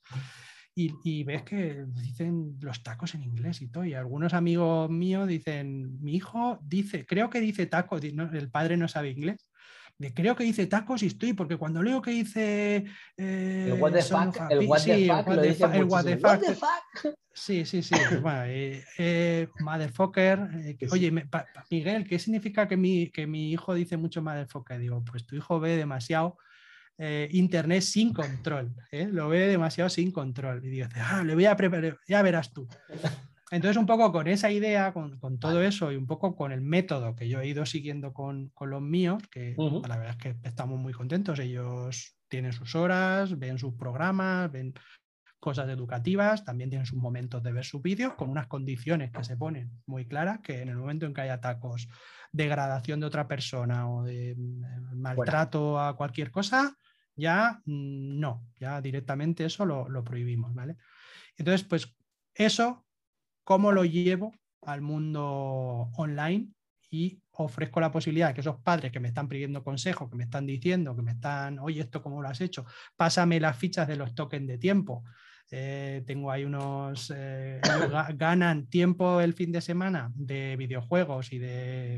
y, y ves que dicen los tacos en inglés y todo. Y algunos amigos míos dicen, mi hijo dice, creo que dice tacos, el padre no sabe inglés. De, creo que dice tacos y estoy, porque cuando leo que dice
eh, el what the fuck, el what the
sí,
fuck,
what
lo
the
dice
fuck, el what the fuck.
What the fuck.
Sí, sí, sí. Bueno, eh, eh, motherfucker. Eh, que, oye, me, pa, Miguel, ¿qué significa que mi, que mi hijo dice mucho motherfucker? Digo, pues tu hijo ve demasiado eh, internet sin control. ¿eh? Lo ve demasiado sin control. Y digo, ah, le voy a preparar, ya verás tú. Entonces, un poco con esa idea, con, con todo vale. eso y un poco con el método que yo he ido siguiendo con, con los míos, que uh-huh. la verdad es que estamos muy contentos. Ellos tienen sus horas, ven sus programas, ven cosas educativas, también tienen sus momentos de ver sus vídeos con unas condiciones que se ponen muy claras, que en el momento en que haya tacos, degradación de otra persona o de maltrato bueno. a cualquier cosa, ya no, ya directamente eso lo, lo prohibimos, ¿vale? Entonces, pues eso, ¿cómo lo llevo al mundo online? Y ofrezco la posibilidad de que esos padres que me están pidiendo consejos, que me están diciendo, que me están, oye, ¿esto cómo lo has hecho? Pásame las fichas de los tokens de tiempo. Eh, tengo ahí unos, eh, ganan tiempo el fin de semana de videojuegos y de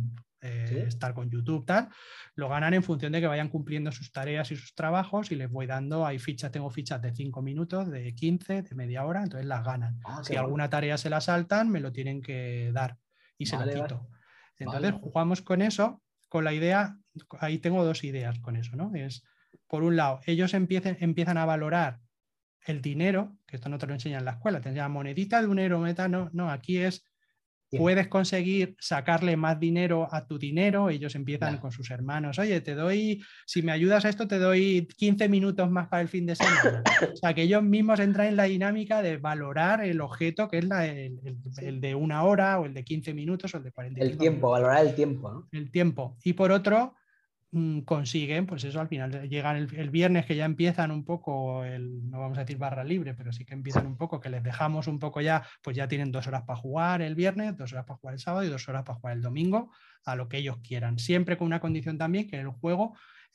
eh, ¿sí? estar con YouTube, tal, lo ganan en función de que vayan cumpliendo sus tareas y sus trabajos y les voy dando, hay fichas, tengo fichas de cinco minutos, de quince, de media hora, entonces las ganan. Ah, si alguna bueno. tarea se la saltan, me lo tienen que dar y se vale, lo quito. Vale. Entonces vale. jugamos con eso, con la idea, ahí tengo dos ideas con eso, ¿no? Es, por un lado, ellos empiecen, empiezan a valorar el dinero, que esto no te lo enseñan en la escuela, te enseñan monedita de un euro, moneda, no, no, aquí es, sí. puedes conseguir sacarle más dinero a tu dinero, ellos empiezan claro. con sus hermanos, oye, te doy, si me ayudas a esto, te doy quince minutos más para el fin de semana. O sea, que ellos mismos entran en la dinámica de valorar el objeto, que es la, el, el, sí. el de una hora, o el de quince minutos, o el de cuarenta y cinco
El tiempo,
minutos.
Valorar el tiempo, ¿no?
El tiempo. Y por otro, consiguen, pues eso, al final llegan el, el viernes que ya empiezan un poco, el, no vamos a decir barra libre, pero sí que empiezan un poco, que les dejamos un poco ya, pues ya tienen dos horas para jugar el viernes, dos horas para jugar el sábado y dos horas para jugar el domingo, a lo que ellos quieran. Siempre con una condición también, que en el juego,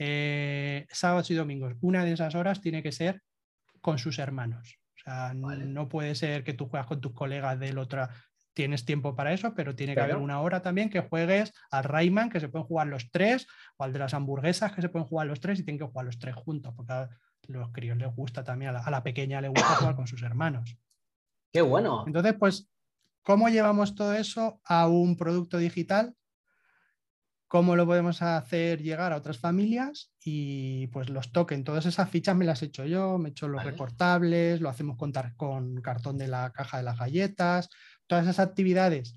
eh, sábados y domingos, una de esas horas tiene que ser con sus hermanos. O sea, vale. no puede ser que tú juegas con tus colegas del otro. Tienes tiempo para eso, pero tiene que pero... haber una hora también que juegues al Rayman, que se pueden jugar los tres, o al de las hamburguesas, que se pueden jugar los tres y tienen que jugar los tres juntos, porque a los críos les gusta también, a la, a la pequeña le gusta jugar con sus hermanos.
¡Qué bueno!
Entonces, pues, ¿cómo llevamos todo eso a un producto digital? ¿Cómo lo podemos hacer llegar a otras familias? Y pues los tokens, todas esas fichas me las he hecho yo, me he hecho los vale. recortables, lo hacemos con, con cartón de la caja de las galletas, todas esas actividades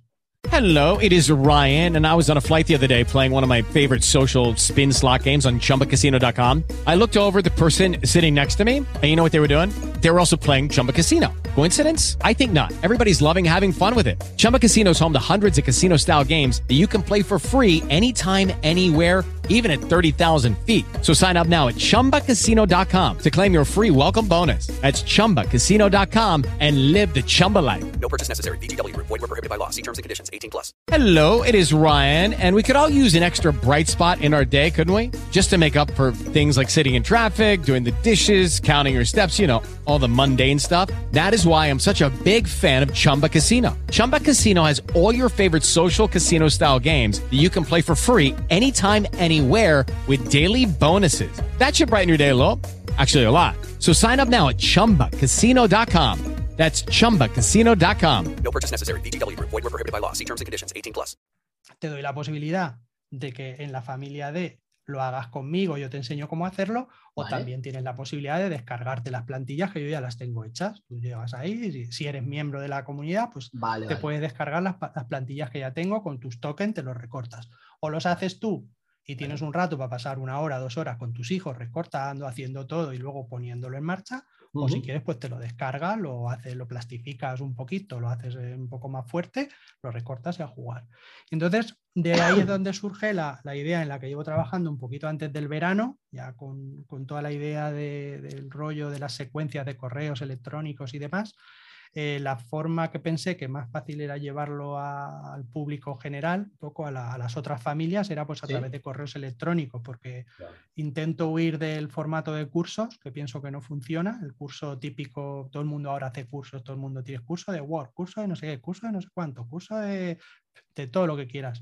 Hello, it is Ryan, and I was on a flight the other day playing one of my favorite social spin slot games on chumba casino dot com. I looked over at the person sitting next to me, and you know what they were doing? They were also playing Chumba Casino. Coincidence? I think not. Everybody's loving having fun with it. Chumba Casino is home to hundreds of casino-style games that you can play for free anytime, anywhere, even at thirty thousand feet. So sign up now at chumba casino dot com to claim your free welcome bonus. That's chumba casino dot com and live the Chumba life.
No purchase necessary. V G W. Void where prohibited by law. See terms and conditions. eighteen plus.
Hello, it is Ryan, and we could all use an extra bright spot in our day, couldn't we? Just to make up for things like sitting in traffic, doing the dishes, counting your steps, you know, all the mundane stuff. That is why I'm such a big fan of Chumba Casino. Chumba Casino has all your favorite social casino-style games that you can play for free anytime, anywhere with daily bonuses. That should brighten your day a little. Actually, a lot. So sign up now at chumba casino dot com. That's chumba casino dot com.
No purchase necessary. V G W. Void where prohibited by law. See terms and conditions. eighteen plus.
Te doy la posibilidad de que en la familia de lo hagas conmigo, yo te enseño cómo hacerlo, o
Vale.
también tienes la posibilidad de descargarte las plantillas que yo ya las tengo hechas. Tú llegas ahí, si, si eres miembro de la comunidad, pues
Vale,
te
vale.
puedes descargar las, pa- las plantillas que ya tengo con tus tokens, te los recortas. O los haces tú y tienes un rato para pasar una hora, dos horas con tus hijos recortando, haciendo todo y luego poniéndolo en marcha. O si
Ujú.
quieres, pues te lo descargas, lo haces, lo plastificas un poquito, lo haces eh, un poco más fuerte, lo recortas y a jugar. Entonces, de ahí es donde surge la, la idea en la que llevo trabajando un poquito antes del verano, ya con, con toda la idea de- del rollo de las secuencias de correos electrónicos y demás. Eh, la forma que pensé que más fácil era llevarlo a- al público general, un poco a, la- a las otras familias, era pues a
Sí.
través de correos electrónicos, porque
Claro.
intento huir del formato de cursos, que pienso que no funciona. El curso típico, todo el mundo ahora hace cursos, todo el mundo tiene curso de Word, curso de no sé qué, curso de no sé cuánto, curso de, de todo lo que quieras.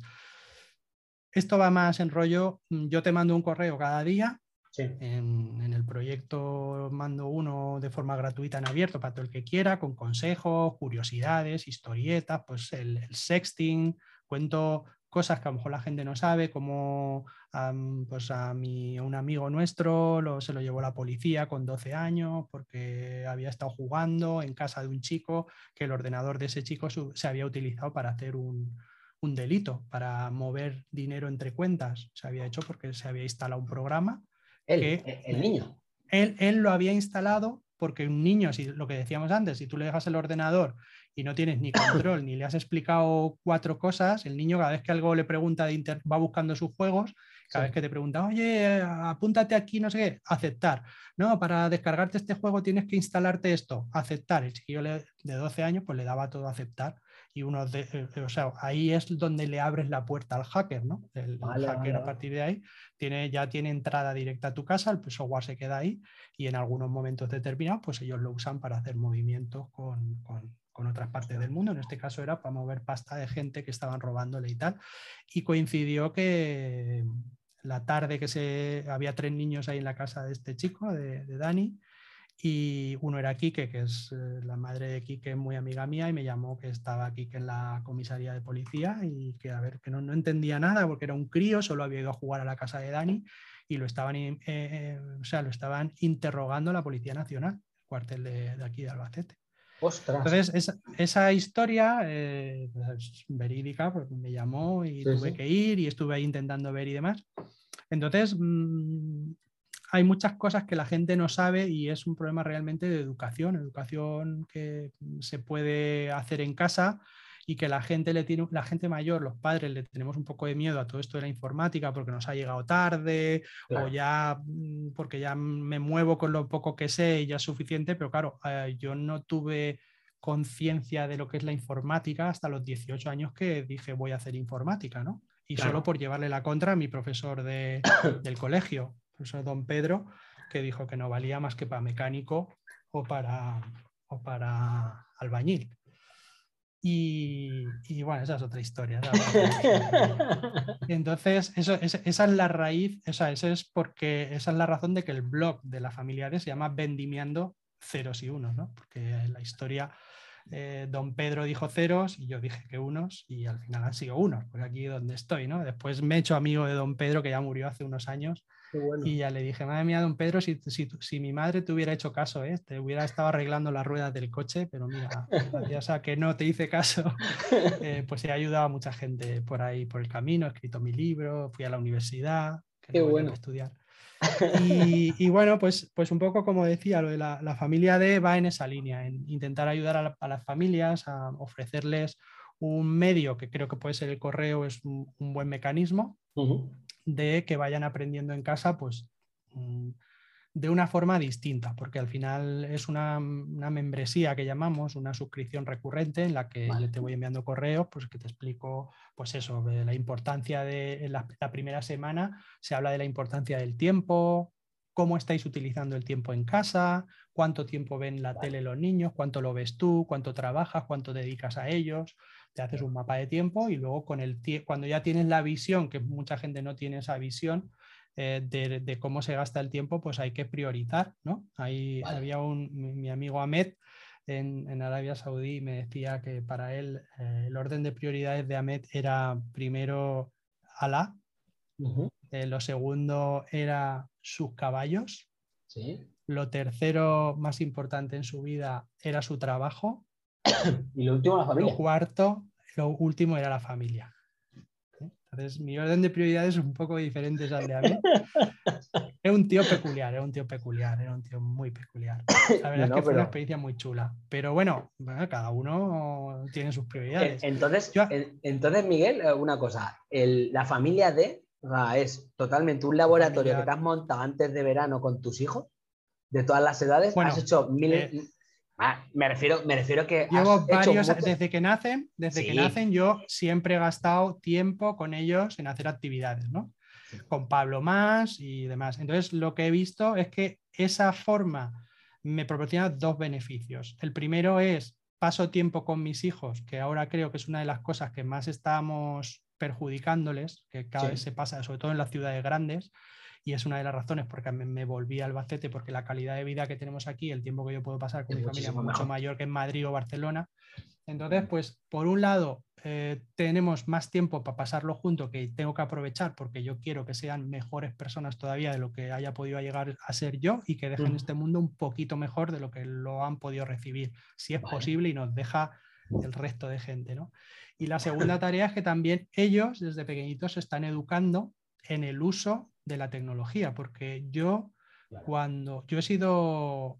Esto va más en rollo, mm, yo te mando un correo cada día.
Sí.
En, en el proyecto mando uno de forma gratuita en abierto para todo el que quiera, con consejos, curiosidades, historietas, pues el, el sexting, cuento cosas que a lo mejor la gente no sabe, como am, pues a, mi, a un amigo nuestro lo, se lo llevó la policía con doce años porque había estado jugando en casa de un chico que el ordenador de ese chico su- se había utilizado para hacer un, un delito, para mover dinero entre cuentas. Se había hecho porque se había instalado un programa.
Él,
que,
el, el niño.
Él, él lo había instalado porque un niño, si, lo que decíamos antes, si tú le dejas el ordenador y no tienes ni control ni le has explicado cuatro cosas, el niño cada vez que algo le pregunta, de inter- va buscando sus juegos, cada
Sí.
vez que te pregunta, oye, apúntate aquí, no sé qué, aceptar. No, para descargarte este juego tienes que instalarte esto, aceptar. El chiquillo le- de doce años pues le daba todo a aceptar. Y uno de, eh, o sea, ahí es donde le abres la puerta al hacker, ¿no? El, el
Vale,
hacker
vale,
a partir de ahí tiene, ya tiene entrada directa a tu casa, el software se queda ahí y en algunos momentos determinados pues ellos lo usan para hacer movimientos con, con, con otras partes del mundo. En este caso era para mover pasta de gente que estaban robándole y tal. Y coincidió que la tarde que se había tres niños ahí en la casa de este chico, de, de Dani, y uno era Quique, que es eh, la madre de Quique, es muy amiga mía, y me llamó que estaba Quique en la comisaría de policía y que a ver, que no, no entendía nada porque era un crío, solo había ido a jugar a la casa de Dani y lo estaban, eh, eh, o sea, lo estaban interrogando la Policía Nacional, cuartel de, de aquí de Albacete.
Ostras.
Entonces, esa, esa historia eh, pues, verídica, pues me llamó y
Sí,
tuve
sí.
que ir y estuve ahí intentando ver y demás. Entonces, mmm, hay muchas cosas que la gente no sabe y es un problema realmente de educación, educación que se puede hacer en casa y que la gente le tiene, la gente mayor, los padres, le tenemos un poco de miedo a todo esto de la informática porque nos ha llegado tarde,
Claro.
o ya mm, porque ya me muevo con lo poco que sé y ya es suficiente, pero claro, eh, yo no tuve conciencia de lo que es la informática hasta los dieciocho años que dije voy a hacer informática, ¿no? Y
Claro.
solo por llevarle la contra a mi profesor de, del colegio, el profesor don Pedro, que dijo que no valía más que para mecánico o para, o para albañil. Y, y bueno, esa es otra historia. ¿Sabes? Entonces, eso, esa, esa es la raíz, o sea, eso es porque esa es la razón de que el blog de la familiares se llama Vendimiando ceros y unos, ¿no? Porque en la historia eh, don Pedro dijo ceros y yo dije que unos y al final han sido unos, porque aquí es donde estoy, ¿no? Después me he hecho amigo de don Pedro, que ya murió hace unos años,
Qué bueno.
Y ya le dije, madre mía, don Pedro, si, si, si mi madre te hubiera hecho caso, ¿eh? Te hubiera estado arreglando las ruedas del coche, pero mira, gracias a que no te hice caso, eh, pues he ayudado a mucha gente por ahí, por el camino, he escrito mi libro, fui a la universidad, que
Qué
no
bueno.
a estudiar. Y, y bueno, pues, pues un poco como decía, lo de la, la familia D va en esa línea, en intentar ayudar a, la, a las familias, a ofrecerles un medio que creo que puede ser el correo, es un, un buen mecanismo uh-huh. de que vayan aprendiendo en casa, pues de una forma distinta, porque al final es una, una membresía que llamamos, una suscripción recurrente en la que vale. yo te voy enviando correos, pues que te explico, pues eso, de la importancia de la, la primera semana, se habla de la importancia del tiempo, cómo estáis utilizando el tiempo en casa, cuánto tiempo ven la vale. tele los niños, cuánto lo ves tú, cuánto trabajas, cuánto dedicas a ellos, te haces un mapa de tiempo y luego con el cuando ya tienes la visión, que mucha gente no tiene esa visión, eh, de, de cómo se gasta el tiempo, pues hay que priorizar, ¿no? Ahí vale. había un, mi, mi amigo Ahmed en, en Arabia Saudí me decía que para él eh, el orden de prioridades de Ahmed era primero Alá, uh-huh. eh, lo segundo era sus caballos,
¿sí?
Lo tercero más importante en su vida era su trabajo
y lo último la familia.
Lo cuarto, lo último era la familia. Entonces mi orden de prioridades es un poco diferente al de Ahmed. Era un tío peculiar, era un tío peculiar, era un tío muy peculiar. La verdad no, es que fue pero... una experiencia muy chula. Pero bueno, bueno, cada uno tiene sus prioridades.
Entonces, Yo... entonces Miguel, una cosa, el, la familia D o sea, es totalmente un laboratorio familia... que te has montado antes de verano con tus hijos, de todas las edades. Bueno, has hecho mil... Eh... Ah, me refiero, me refiero que
llevo
has
varios,
hecho mucho...
desde que nacen, desde sí. que nacen yo siempre he gastado tiempo con ellos en hacer actividades, ¿no? Sí. Con Pablo más y demás. Entonces lo que he visto es que esa forma me proporciona dos beneficios. El primero es paso tiempo con mis hijos, que ahora creo que es una de las cosas que más estamos perjudicándoles, que cada sí. vez se pasa, sobre todo en las ciudades grandes. Y es una de las razones porque me, me volví a Albacete, porque la calidad de vida que tenemos aquí, el tiempo que yo puedo pasar con es mi familia es mucho mejor. mayor que en Madrid o Barcelona. Entonces, pues, por un lado, eh, tenemos más tiempo para pasarlo juntos, que tengo que aprovechar porque yo quiero que sean mejores personas todavía de lo que haya podido llegar a ser yo y que dejen mm. este mundo un poquito mejor de lo que lo han podido recibir, si es vale. posible, y nos deja el resto de gente, ¿no? Y la segunda tarea es que también ellos, desde pequeñitos, se están educando en el uso de la tecnología, porque yo claro. cuando yo he sido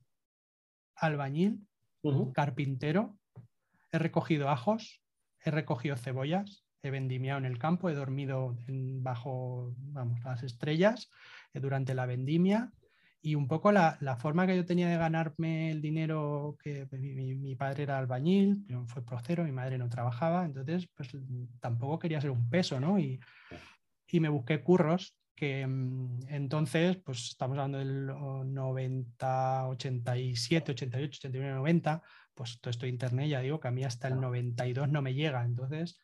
albañil, uh-huh. carpintero, he recogido ajos, he recogido cebollas, he vendimiado en el campo, he dormido en, bajo vamos, las estrellas eh, durante la vendimia, y un poco la, la forma que yo tenía de ganarme el dinero, que mi, mi, mi padre era albañil, fue procero, mi madre no trabajaba, entonces pues tampoco quería ser un peso, ¿no? Y, y me busqué curros que entonces, pues estamos hablando del noventa, ochenta y siete, ochenta y ocho, ochenta y nueve, noventa, pues todo esto de internet, ya digo que a mí hasta el noventa y dos no me llega. Entonces,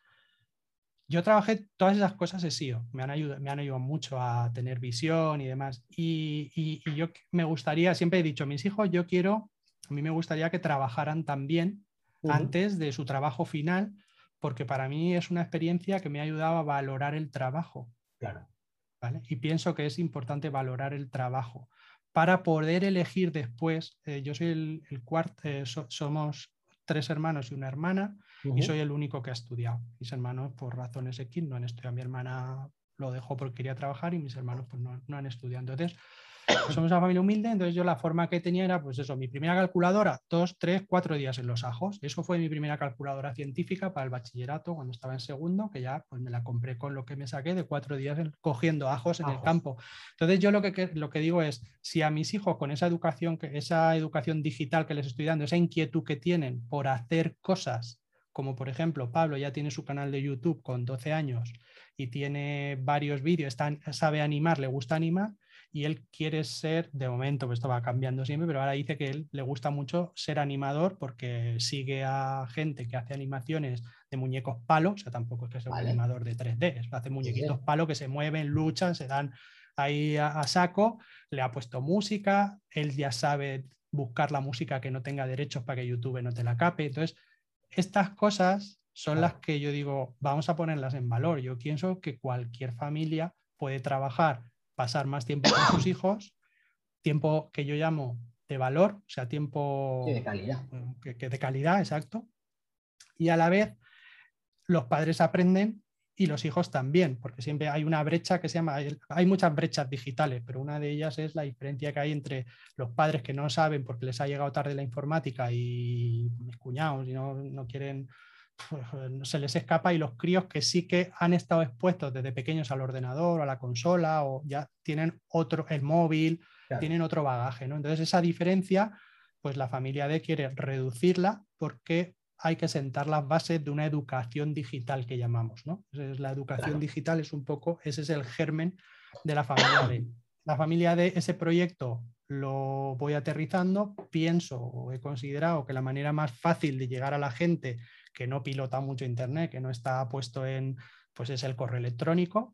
yo trabajé todas esas cosas, he sido, me han ayudado, me han ayudado mucho a tener visión y demás. Y, y, y yo me gustaría, siempre he dicho a mis hijos, yo quiero, a mí me gustaría que trabajaran también uh-huh. antes de su trabajo final, porque para mí es una experiencia que me ha ayudado a valorar el trabajo.
Claro.
¿Vale? Y pienso que es importante valorar el trabajo para poder elegir después. Eh, yo soy el, el cuarto, eh, so, somos tres hermanos y una hermana, uh-huh. y soy el único que ha estudiado. Mis hermanos, por razones X, no han estudiado. Mi hermana lo dejó porque quería trabajar y mis hermanos pues, no, no han estudiado. Entonces, somos una familia humilde, entonces yo la forma que tenía era, pues eso, mi primera calculadora, dos, tres, cuatro días en los ajos. Eso fue mi primera calculadora científica para el bachillerato cuando estaba en segundo, que ya pues me la compré con lo que me saqué de cuatro días en, cogiendo ajos en ajos. el campo. Entonces yo lo que, lo que digo es, si a mis hijos con esa educación, esa educación digital que les estoy dando, esa inquietud que tienen por hacer cosas, como por ejemplo Pablo ya tiene su canal de YouTube con doce años y tiene varios vídeos, está, sabe animar, le gusta animar, y él quiere ser, de momento, pues esto va cambiando siempre, pero ahora dice que él le gusta mucho ser animador porque sigue a gente que hace animaciones de muñecos palo, o sea, tampoco es que sea vale. un animador de tres D, hace muñequitos sí. palo que se mueven, luchan, se dan ahí a, a saco, le ha puesto música, él ya sabe buscar la música que no tenga derechos para que YouTube no te la cape. Entonces, estas cosas son vale. las que yo digo, vamos a ponerlas en valor. Yo pienso que cualquier familia puede trabajar pasar más tiempo con sus hijos, tiempo que yo llamo de valor, o sea, tiempo
Sí, de calidad.
que, que de calidad, exacto. Y a la vez los padres aprenden y los hijos también, porque siempre hay una brecha que se llama, hay muchas brechas digitales, pero una de ellas es la diferencia que hay entre los padres que no saben porque les ha llegado tarde la informática y mis cuñados y no, no quieren, no se les escapa, y los críos que sí que han estado expuestos desde pequeños al ordenador o a la consola o ya tienen otro, el móvil, claro, tienen otro bagaje, ¿no? Entonces esa diferencia, pues la familia D quiere reducirla porque hay que sentar las bases de una educación digital que llamamos, ¿no? Entonces, la educación claro. digital es un poco, ese es el germen de la familia D. La familia D, ese proyecto lo voy aterrizando, pienso o he considerado que la manera más fácil de llegar a la gente que no pilota mucho internet, que no está puesto en, pues es el correo electrónico.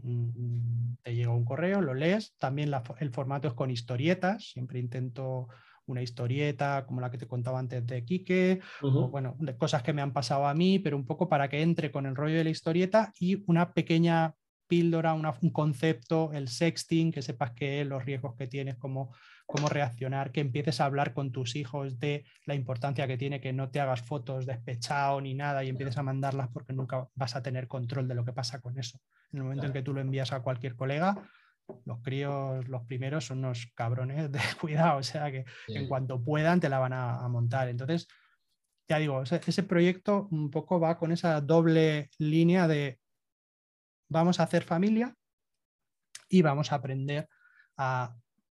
Te llega un correo, lo lees, también la, el formato es con historietas, siempre intento una historieta como la que te contaba antes de Quique, uh-huh. o bueno, de cosas que me han pasado a mí, pero un poco para que entre con el rollo de la historieta y una pequeña píldora, una, un concepto, el sexting, que sepas qué es, los riesgos que tienes, cómo, cómo reaccionar, que empieces a hablar con tus hijos de la importancia que tiene que no te hagas fotos despechado ni nada y empieces a mandarlas porque nunca vas a tener control de lo que pasa con eso. En el momento claro. en que tú lo envías a cualquier colega, los críos, los primeros son unos cabrones de cuidado, o sea que sí. en cuanto puedan te la van a, a montar. Entonces, ya digo, ese, ese proyecto un poco va con esa doble línea de vamos a hacer familia y vamos a aprender a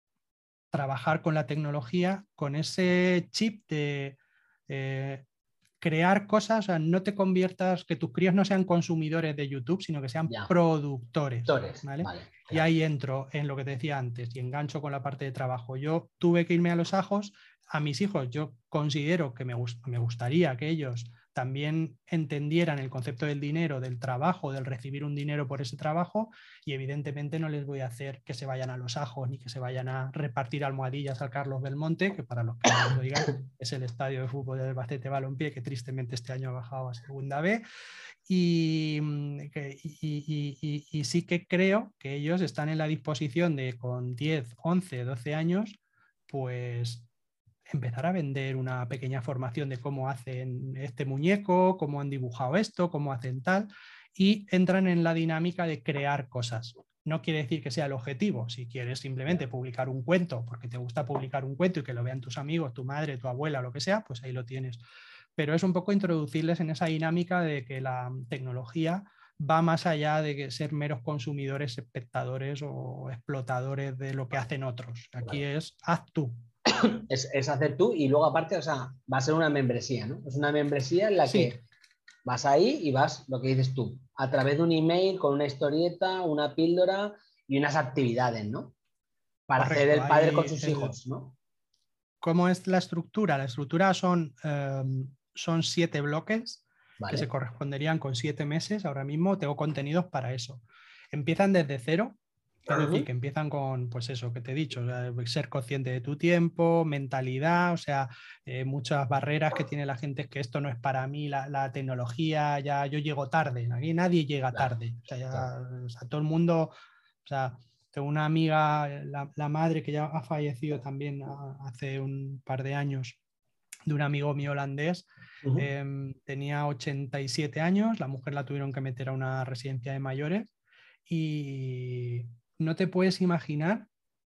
trabajar con la tecnología, con ese chip de eh, crear cosas, o sea, no te conviertas, que tus críos no sean consumidores de YouTube, sino que sean ya. productores. ¿Vale? Vale, claro. Y ahí entro en lo que te decía antes y engancho con la parte de trabajo. Yo tuve que irme a los ajos, a mis hijos yo considero que me, gust- me gustaría que ellos también entendieran el concepto del dinero, del trabajo, del recibir un dinero por ese trabajo, y evidentemente no les voy a hacer que se vayan a los ajos ni que se vayan a repartir almohadillas al Carlos Belmonte, que para los que no lo digan es el estadio de fútbol del Albacete Balompié, que tristemente este año ha bajado a segunda B, y, y, y, y, y sí que creo que ellos están en la disposición de con diez, once, doce años, pues empezar a vender una pequeña formación de cómo hacen este muñeco, cómo han dibujado esto, cómo hacen tal, y entran en la dinámica de crear cosas. No quiere decir que sea el objetivo. Si quieres simplemente publicar un cuento, porque te gusta publicar un cuento y que lo vean tus amigos, tu madre, tu abuela, lo que sea, pues ahí lo tienes. Pero es un poco introducirles en esa dinámica de que la tecnología va más allá de ser meros consumidores, espectadores o explotadores de lo que hacen otros. Aquí es haz tú.
Es, es hacer tú y luego aparte, o sea, va a ser una membresía, ¿no? Es una membresía en la sí. que vas ahí y vas, lo que dices tú, a través de un email con una historieta, una píldora y unas actividades, ¿no? Para Correcto, hacer el padre con sus el, hijos, ¿no?
¿Cómo es la estructura? La estructura son, eh, son siete bloques vale. que se corresponderían con siete meses. Ahora mismo tengo contenidos para eso. Empiezan desde cero. Es uh-huh. decir, que empiezan con, pues eso que te he dicho, o sea, ser consciente de tu tiempo, mentalidad, o sea, eh, muchas barreras que tiene la gente es que esto no es para mí, la, la tecnología, ya yo llego tarde, aquí nadie llega claro. tarde, o sea, ya, claro. o sea, todo el mundo, o sea, tengo una amiga, la, la madre que ya ha fallecido también hace un par de años, de un amigo mío holandés, uh-huh. eh, tenía ochenta y siete años, la mujer la tuvieron que meter a una residencia de mayores y no te puedes imaginar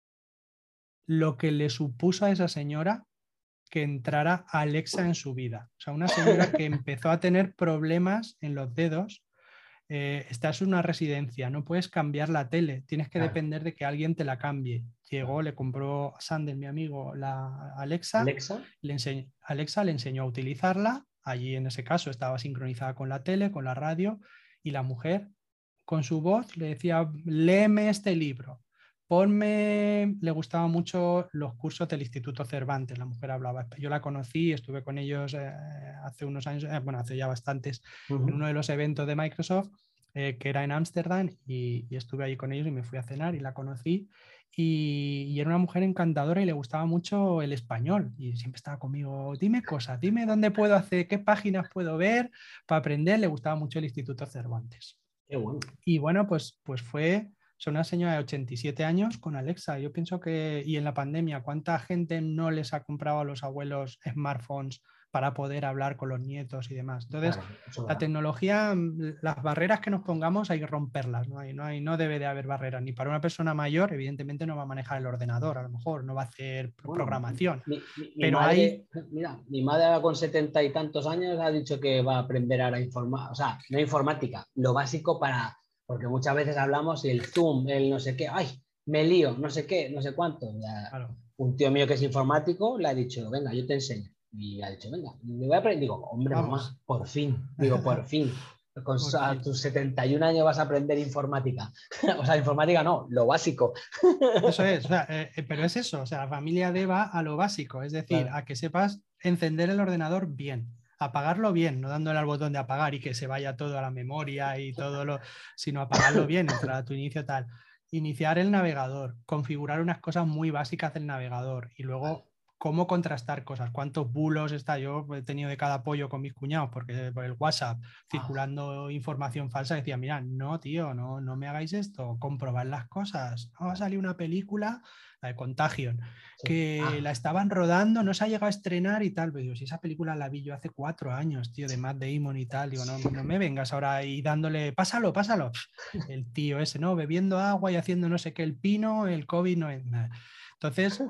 lo que le supuso a esa señora que entrara Alexa en su vida. O sea, una señora que empezó a tener problemas en los dedos. Eh, estás en una residencia, no puedes cambiar la tele, tienes que claro. depender de que alguien te la cambie. Llegó, le compró a Sander, mi amigo, la Alexa.
Alexa.
Le enseñó, Alexa le enseñó a utilizarla. Allí, en ese caso, estaba sincronizada con la tele, con la radio, y la mujer con su voz le decía, léeme este libro, ponme, le gustaban mucho los cursos del Instituto Cervantes, la mujer hablaba, yo la conocí, estuve con ellos eh, hace unos años, eh, bueno, hace ya bastantes, uh-huh. en uno de los eventos de Microsoft, eh, que era en Ámsterdam, y, y estuve ahí con ellos y me fui a cenar y la conocí, y, y era una mujer encantadora y le gustaba mucho el español, y siempre estaba conmigo, dime cosas, dime dónde puedo hacer, qué páginas puedo ver para aprender, le gustaba mucho el Instituto Cervantes.
Qué bueno.
Y bueno, pues, pues fue sea, una señora de ochenta y siete años con Alexa. Yo pienso que, y en la pandemia, ¿cuánta gente no les ha comprado a los abuelos smartphones para poder hablar con los nietos y demás? Entonces,
Claro, eso es
la
verdad.
tecnología, las barreras que nos pongamos hay que romperlas, ¿no? Hay, no, hay, no debe de haber barreras. Ni para una persona mayor, evidentemente no va a manejar el ordenador, a lo mejor no va a hacer
Bueno,
programación.
mi, mi- mi
Pero
madre,
hay...
mira, mi madre ahora con setenta y tantos años ha dicho que va a aprender ahora a informar, o sea, no informática, lo básico para, porque muchas veces hablamos y el Zoom, el no sé qué, ay, me lío, no sé qué, no sé cuánto. Ya,
Claro.
un tío mío que es informático le ha dicho, venga, yo te enseño. Y ha dicho, venga, me voy a aprender. Digo, hombre,
Vamos.
mamá, por fin. Digo, por fin. Con
Por
a
fin.
tus setenta y un años vas a aprender informática. O sea, informática no, lo básico.
Eso es, o sea, eh, eh, pero es eso, o sea, la familia D va a lo básico, es decir,
Claro.
a que sepas encender el ordenador bien, apagarlo bien, no dándole al botón de apagar y que se vaya todo a la memoria y todo lo, sino apagarlo bien, entrar a tu inicio tal, iniciar el navegador, configurar unas cosas muy básicas del navegador y luego
Vale.
cómo contrastar cosas, cuántos bulos está. Yo he tenido de cada pollo con mis cuñados porque por el WhatsApp circulando información falsa decía, mira, no tío, no, no me hagáis esto, comprobad las cosas. No, va a salir una película, la de Contagion,
Sí.
que
Ah,
la estaban rodando, no se ha llegado a estrenar y tal. Pero digo, si esa película la vi yo hace cuatro años, tío, de Matt Damon y tal, digo, no, no me vengas ahora ahí dándole, pásalo, pásalo. El tío ese, ¿no? Bebiendo agua y haciendo no sé qué, el pino, el COVID no es nada. Entonces,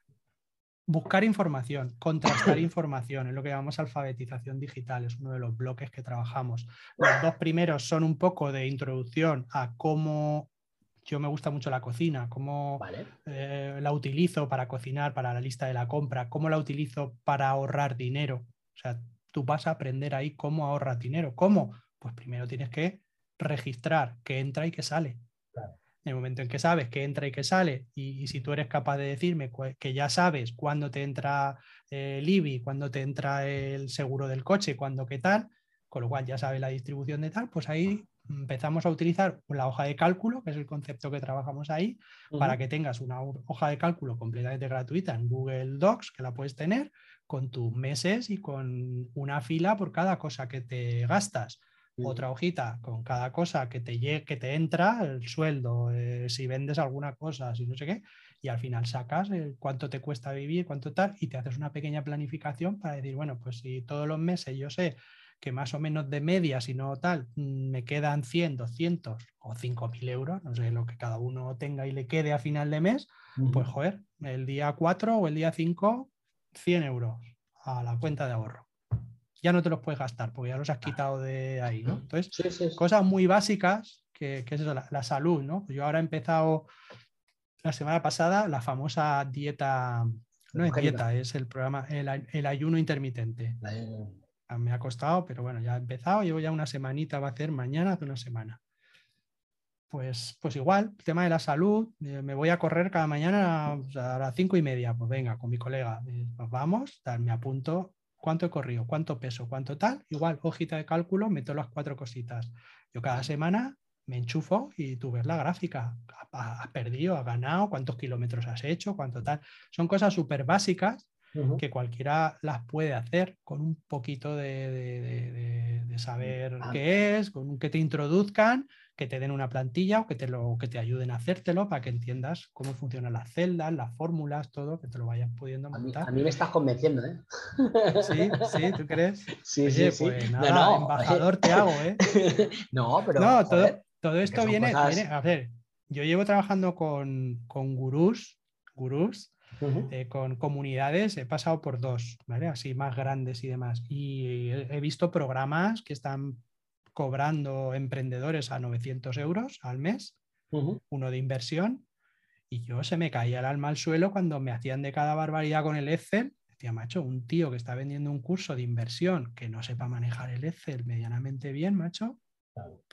buscar información, contrastar información, es lo que llamamos alfabetización digital, es uno de los bloques que trabajamos. Los dos primeros son un poco de introducción a cómo yo me gusta mucho la cocina, cómo
vale.
eh, la utilizo para cocinar, para la lista de la compra, cómo la utilizo para ahorrar dinero. O sea, tú vas a aprender ahí cómo ahorrar dinero. ¿Cómo? Pues primero tienes que registrar qué entra y qué sale.
Claro.
En el momento en que sabes qué entra y qué sale, y, y si tú eres capaz de decirme que ya sabes cuándo te entra eh, el I B I, cuándo te entra el seguro del coche, cuándo qué tal, con lo cual ya sabes la distribución de tal, pues ahí empezamos a utilizar la hoja de cálculo, que es el concepto que trabajamos ahí, uh-huh. para que tengas una hoja de cálculo completamente gratuita en Google Docs, que la puedes tener con tus meses y con una fila por cada cosa que te gastas. Otra hojita con cada cosa que te, llegue, que te entra, el sueldo, eh, si vendes alguna cosa, si no sé qué, y al final sacas el cuánto te cuesta vivir, cuánto tal, y te haces una pequeña planificación para decir, bueno, pues si todos los meses yo sé que más o menos de media, si no tal, me quedan cien, doscientos o cinco mil euros, no sé lo que cada uno tenga y le quede a final de mes, uh-huh. pues joder, el día cuatro o el día cinco, cien euros a la cuenta de ahorro. Ya no te los puedes gastar porque ya los has quitado de ahí, ¿no? Entonces,
sí, sí, sí.
cosas muy básicas, que, que es eso, la, la salud, ¿no? Yo ahora he empezado la semana pasada la famosa dieta, no es dieta, es el programa, el, el ayuno intermitente. La... Me ha costado, pero bueno, ya he empezado, llevo ya una semanita, va a hacer mañana, hace una semana. Pues, pues igual, el tema de la salud, eh, me voy a correr cada mañana o sea, a las cinco y media, pues venga, con mi colega, eh, pues vamos, tal, me apunto. ¿Cuánto he corrido? ¿Cuánto peso? ¿Cuánto tal? Igual, hojita de cálculo, meto las cuatro cositas. Yo cada semana me enchufo y tú ves la gráfica. Has perdido, has ganado, cuántos kilómetros has hecho, cuánto tal. Son cosas súper básicas uh-huh. que cualquiera las puede hacer con un poquito de, de, de, de, de saber ah. qué es, con que te introduzcan, que te den una plantilla o que te, lo, que te ayuden a hacértelo para que entiendas cómo funcionan las celdas, las fórmulas, todo, que te lo vayas pudiendo montar.
A mí, a mí me estás convenciendo, ¿eh?
Sí, sí, ¿tú crees?
Sí,
Oye,
sí,
pues
sí.
nada,
no, no,
embajador te hago, ¿eh?
No, pero...
No, todo,
joder,
todo esto viene,
cosas...
viene... A ver, yo llevo trabajando con, con gurús, gurús, uh-huh. eh, con comunidades, he pasado por dos, ¿vale? Así más grandes y demás. Y he, he visto programas que están cobrando emprendedores a novecientos euros al mes, uh-huh. uno de inversión, y yo se me caía el alma al suelo cuando me hacían de cada barbaridad con el Excel. Decía, macho, un tío que está vendiendo un curso de inversión que no sepa manejar el Excel medianamente bien, macho.
Claro.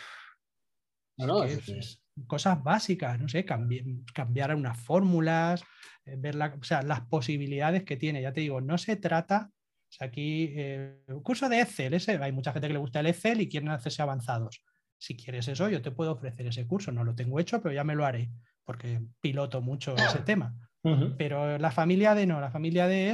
No, no,
es
es
que
que...
es cosas básicas, no sé, cambiar, cambiar unas fórmulas, eh, ver la, o sea, las posibilidades que tiene. Ya te digo, no se trata... O sea, aquí, eh, un curso de Excel, ese, hay mucha gente que le gusta el Excel y quieren hacerse avanzados. Si quieres eso, yo te puedo ofrecer ese curso. No lo tengo hecho, pero ya me lo haré, porque piloto mucho ese tema. Uh-huh. Pero la familia D no, la familia D es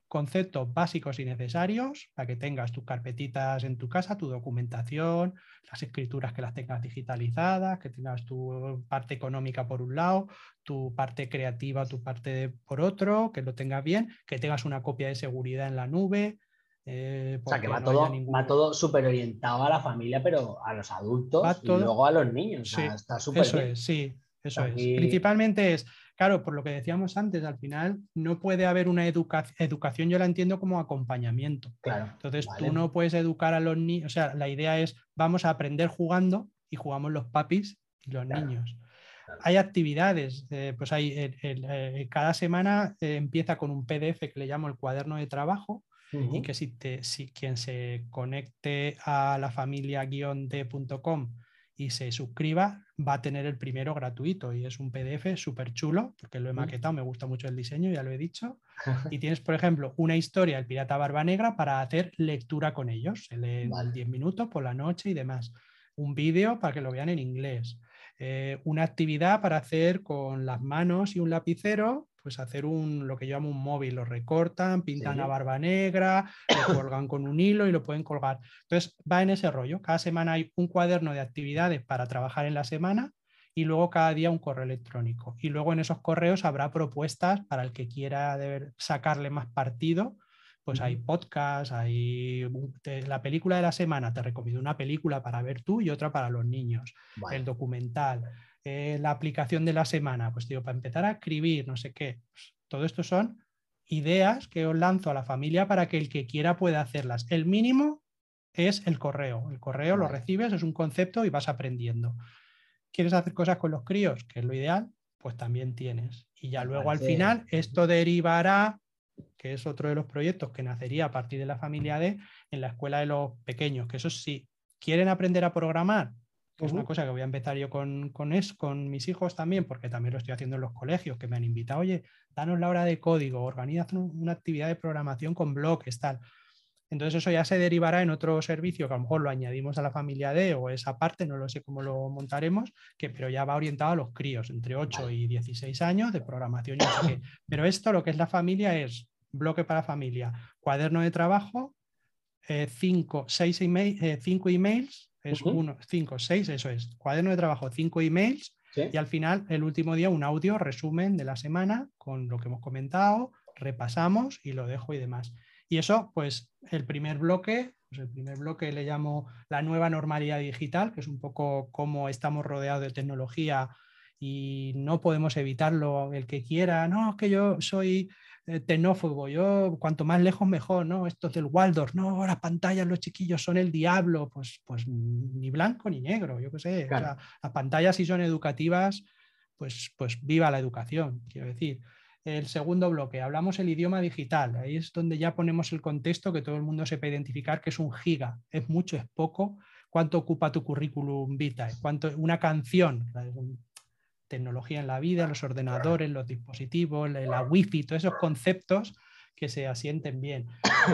conceptos básicos y necesarios para que tengas tus carpetitas en tu casa, tu documentación, las escrituras que las tengas digitalizadas, que tengas tu parte económica por un lado, tu parte creativa, tu parte por otro, que lo tengas bien, que tengas una copia de seguridad en la nube. Eh,
o sea, que va,
no
todo,
ningún...
va todo súper orientado a la familia, pero a los adultos todo... y luego a los niños.
Sí,
o sea, está súper
eso
bien.
es, sí, eso
Aquí...
es. Principalmente es, claro, por lo que decíamos antes, al final no puede haber una educa educación, yo la entiendo como acompañamiento.
Claro,
Entonces
vale.
tú no puedes educar a los niños, o sea, la idea es vamos a aprender jugando y jugamos los papis y los
claro,
niños.
Claro.
Hay actividades, eh, pues hay, el, el, el, cada semana eh, empieza con un P D F que le llamo el cuaderno de trabajo. Uh-huh. Y que si, te, si quien se conecte a la familia guion de punto com y se suscriba va a tener el primero gratuito y es un P D F súper chulo porque lo he maquetado, me gusta mucho el diseño, ya lo he dicho. Y tienes, por ejemplo, una historia, El pirata barba negra, para hacer lectura con ellos. Se leen vale. diez minutos por la noche y demás. Un vídeo para que lo vean en inglés. Eh, una actividad para hacer con las manos y un lapicero, pues hacer un, lo que yo llamo un móvil, lo recortan, pintan sí. a barba negra, lo colgan con un hilo y lo pueden colgar. Entonces va en ese rollo. Cada semana hay un cuaderno de actividades para trabajar en la semana y luego cada día un correo electrónico. Y luego en esos correos habrá propuestas para el que quiera deber sacarle más partido. Pues hay podcasts, hay la película de la semana, te recomiendo una película para ver tú y otra para los niños, vale. El documental, eh, la aplicación de la semana, pues digo, para empezar a escribir, no sé qué, pues, todo esto son ideas que os lanzo a la familia para que el que quiera pueda hacerlas. El mínimo es el correo, el correo vale. Lo recibes, es un concepto y vas aprendiendo. ¿Quieres hacer cosas con los críos? Que es lo ideal, pues también tienes. Y ya Me luego parece... al final esto derivará, que es otro de los proyectos que nacería a partir de la familia D, en la escuela de los pequeños, que eso sí, quieren aprender a programar, que uh-huh. es una cosa que voy a empezar yo con, con, es, con mis hijos también, porque también lo estoy haciendo en los colegios, que me han invitado, oye, danos la hora de código, organiza una actividad de programación con bloques, tal. Entonces eso ya se derivará en otro servicio que a lo mejor lo añadimos a la familia D o esa parte, no lo sé cómo lo montaremos, que, pero ya va orientado a los críos entre ocho y dieciséis años de programación y no sé qué. Pero esto, lo que es la familia, es bloque para familia, cuaderno de trabajo, eh, cinco, seis email, eh, cinco emails, es uh-huh. uno, cinco, seis, eso es, cuaderno de trabajo, cinco emails, ¿sí? Y al final, el último día, un audio resumen de la semana con lo que hemos comentado, repasamos y lo dejo y demás. Y eso, pues el primer bloque, pues el primer bloque le llamo la nueva normalidad digital, que es un poco cómo estamos rodeados de tecnología y no podemos evitarlo. El que quiera, no, es que yo soy eh, tecnófobo, yo cuanto más lejos mejor, ¿no? Esto del Waldorf, no, las pantallas, los chiquillos son el diablo, pues, pues ni blanco ni negro, yo qué sé. Claro. O sea, las pantallas si son educativas, pues, pues viva la educación, quiero decir. El segundo bloque, hablamos el idioma digital. Ahí es donde ya ponemos el contexto que todo el mundo sepa identificar, que es un giga. Es mucho, es poco. ¿Cuánto ocupa tu currículum vitae? ¿Cuánto, una canción? Tecnología en la vida, los ordenadores, los dispositivos, la wifi, todos esos conceptos que se asienten bien.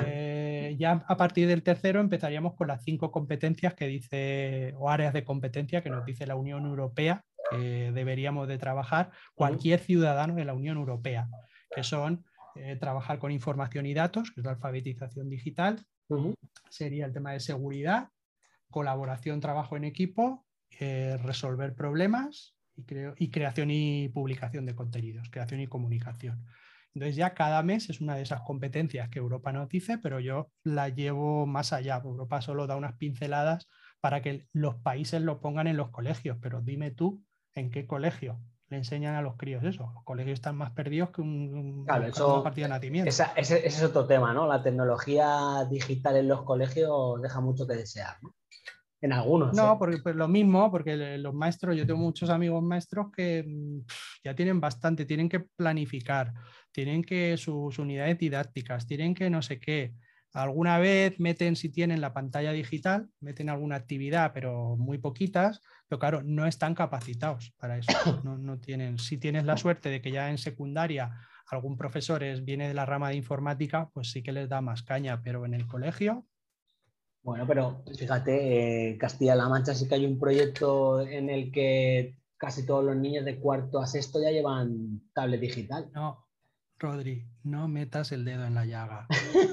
Eh, ya a partir del tercero empezaríamos con las cinco competencias que dice, o áreas de competencia que nos dice la Unión Europea, que deberíamos de trabajar cualquier ciudadano de la Unión Europea, que son eh, trabajar con información y datos, que es la alfabetización digital, uh-huh. sería el tema de seguridad, colaboración, trabajo en equipo, eh, resolver problemas y, creo, y creación y publicación de contenidos, creación y comunicación. Entonces ya cada mes es una de esas competencias que Europa nos dice, pero yo la llevo más allá. Europa solo da unas pinceladas para que los países lo pongan en los colegios, pero dime tú, ¿en qué colegio le enseñan a los críos eso? Los colegios están más perdidos que un,
claro, eso, una partida de nacimiento. Esa, ese, ese es otro tema, ¿no? La tecnología digital en los colegios deja mucho que desear, ¿no? En algunos.
No,
¿eh?
porque pues, lo mismo, porque los maestros, yo tengo muchos amigos maestros que pff, ya tienen bastante, tienen que planificar, tienen que sus unidades didácticas, tienen que no sé qué. Alguna vez meten, si tienen la pantalla digital, meten alguna actividad, pero muy poquitas, pero claro, no están capacitados para eso. No, no tienen. Si tienes la suerte de que ya en secundaria algún profesor es, viene de la rama de informática, pues sí que les da más caña, pero en el colegio...
Bueno, pero fíjate, en Castilla-La Mancha sí que hay un proyecto en el que casi todos los niños de cuarto a sexto ya llevan tablet digital.
No. Rodri, no metas el dedo en la llaga.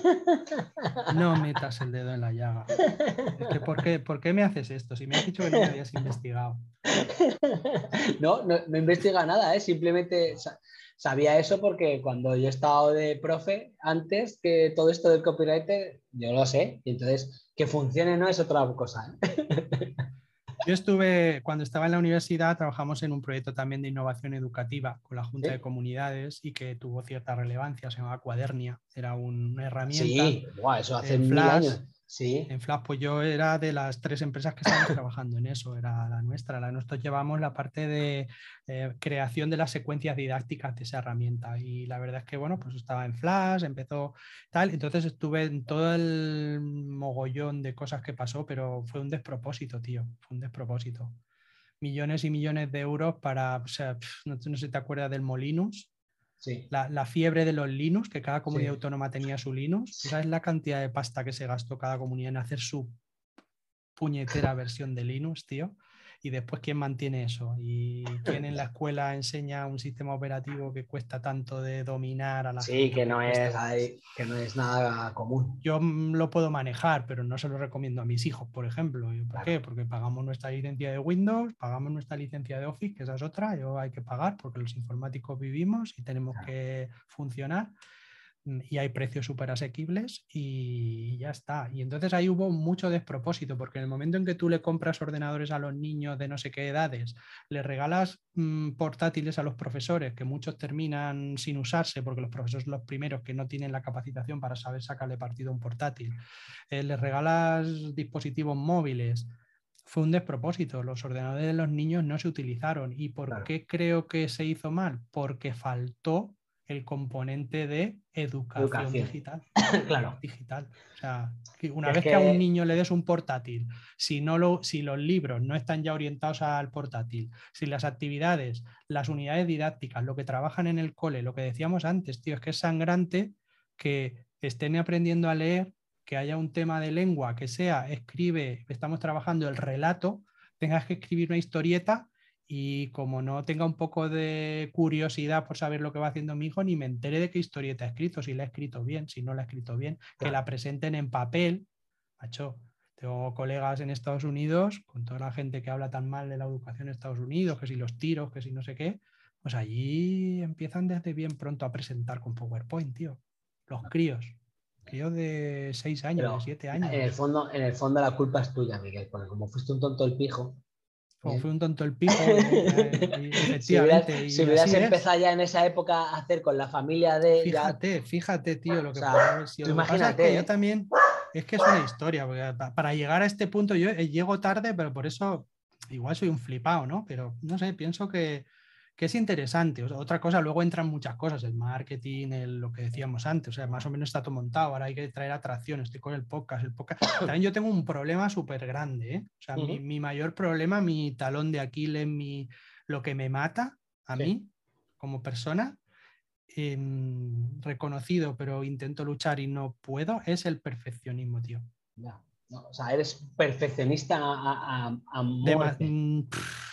No metas el dedo en la llaga. Es que ¿por qué, ¿por qué me haces esto? Si me has dicho que no me habías investigado.
No, no, no investiga nada, ¿eh? Simplemente sa- sabía eso porque cuando yo he estado de profe antes, que todo esto del copyright, yo lo sé. Y entonces, que funcione no es otra cosa, ¿eh?
Yo estuve, cuando estaba en la universidad, trabajamos en un proyecto también de innovación educativa con la Junta
¿Sí?
de Comunidades y que tuvo cierta relevancia, se llamaba Cuadernia, era un- una herramienta
Sí, buah, eso hace
en
mil
Flash.
años. Sí,
En Flash, pues yo era de las tres empresas que estábamos trabajando en eso, era la nuestra. La nosotros llevamos la parte de eh, creación de las secuencias didácticas de esa herramienta. Y la verdad es que, bueno, pues estaba en Flash, empezó tal. Entonces estuve en todo el mogollón de cosas que pasó, pero fue un despropósito, tío. Fue un despropósito. Millones y millones de euros para, o sea, pf, no, no sé si te acuerdas del Molinux.
sí,
La, la fiebre de los Linux, que cada comunidad
sí.
autónoma tenía su Linux. ¿Tú sabes la cantidad de pasta que se gastó cada comunidad en hacer su puñetera versión de Linux, tío? Y después, ¿quién mantiene eso? ¿Y quién en la escuela enseña un sistema operativo que cuesta tanto de dominar a la
Sí,
gente?
que
Que
no
cuesta?
es, ahí- que no es nada común.
Yo mm, lo puedo manejar, pero no se lo recomiendo a mis hijos, por ejemplo. ¿Y ¿Por
Claro.
qué? Porque pagamos nuestra licencia de Windows, pagamos nuestra licencia de Office, que esa es otra, yo hay que pagar porque los informáticos vivimos y tenemos
Claro.
que funcionar. Y hay precios súper asequibles y ya está. Y entonces ahí hubo mucho despropósito, porque en el momento en que tú le compras ordenadores a los niños de no sé qué edades, le regalas mmm, portátiles a los profesores, que muchos terminan sin usarse, porque los profesores son los primeros que no tienen la capacitación para saber sacarle partido a un portátil, eh, les regalas dispositivos móviles. Fue un despropósito, los ordenadores de los niños no se utilizaron. ¿Y por
Claro.
qué creo que se hizo mal? Porque faltó el componente de educación,
Educación.
digital.
Claro.
digital. O sea, que una
Es
vez que...
que-
a un niño le des un portátil, si, no lo, si los libros no están ya orientados al portátil, si las actividades, las unidades didácticas, lo que trabajan en el cole, lo que decíamos antes, tío, es que es sangrante que estén aprendiendo a leer, que haya un tema de lengua que sea, escribe, estamos trabajando el relato, tengas que escribir una historieta. Y como no tenga un poco de curiosidad por saber lo que va haciendo mi hijo, ni me entere de qué historieta ha escrito, si la ha escrito bien, si no la ha escrito bien, claro. Que la presenten en papel. Macho, tengo colegas en Estados Unidos, con toda la gente que habla tan mal de la educación en Estados Unidos, que si los tiros, que si no sé qué, pues allí empiezan desde bien pronto a presentar con PowerPoint, tío. Los críos. Críos de seis años,
Pero
de siete años.
En el fondo, en el fondo la culpa es tuya, Miguel, porque como fuiste un tonto el pijo.
Como
¿eh?
fue un tonto el pijo, eh, eh, efectivamente.
Si hubieras,
y
si hubieras
así es.
empezado ya en esa época a hacer con la familia de...
Fíjate,
ya...
fíjate, tío, lo que,
O sea,
podría haber sido.
tú
Lo que pasa es
imagínate,
que
¿eh?
yo también, es que es una historia, porque pa- para llegar a este punto yo eh, llego tarde, pero por eso igual soy un flipado, ¿no? Pero no sé, pienso que, que es interesante. O sea, otra cosa, luego entran muchas cosas, el marketing, el- lo que decíamos antes, o sea, más o menos está todo montado, ahora hay que traer atracción, estoy con el podcast, el podcast. También yo tengo un problema súper grande, ¿eh? O sea,
Uh-huh.
mi, mi mayor problema, mi talón de Aquiles, mi, lo que me mata a
Sí.
mí como persona, eh, reconocido, pero intento luchar y no puedo, es el perfeccionismo, tío.
Ya. No, o sea, eres perfeccionista a, a, a
De
muerte.
mm, pff,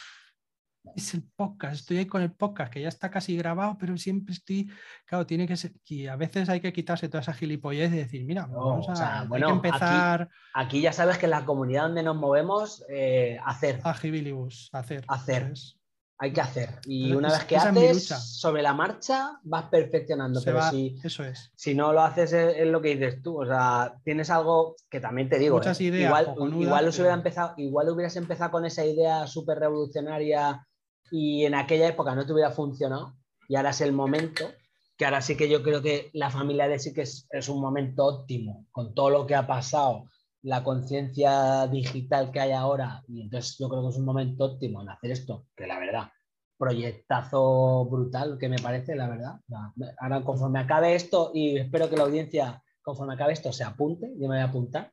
es el podcast, estoy ahí con el podcast que ya está casi grabado, pero siempre estoy, claro, tiene que ser, y a veces hay que quitarse toda esa gilipollez y decir, mira,
No,
vamos a,
o sea,
hay
bueno,
que empezar
aquí, aquí ya sabes que en la comunidad donde nos movemos, eh, hacer,
a gibilibus, a hacer.
hacer.
Eso es.
hay que hacer. Y
Entonces,
una
es-
vez que
esa es mi
haces,
lucha.
sobre la marcha, vas perfeccionando.
Se
Pero
va,
si,
eso es.
si no lo haces, es, es lo que dices tú. O sea, tienes algo que también te digo.
Muchas
¿eh?
ideas
Igual,
cojonudas,
igual, os
pero-
hubiera empezado, igual hubieras empezado con esa idea súper revolucionaria y en aquella época no te hubiera funcionado. Y ahora es el momento, que ahora sí que yo creo que la familia de sí que es, es un momento óptimo, con todo lo que ha pasado, la conciencia digital que hay ahora. Y entonces yo creo que es un momento óptimo en hacer esto, que la verdad, proyectazo brutal que me parece, la verdad. Ahora conforme acabe esto, y espero que la audiencia, conforme acabe esto, se apunte, yo me voy a apuntar.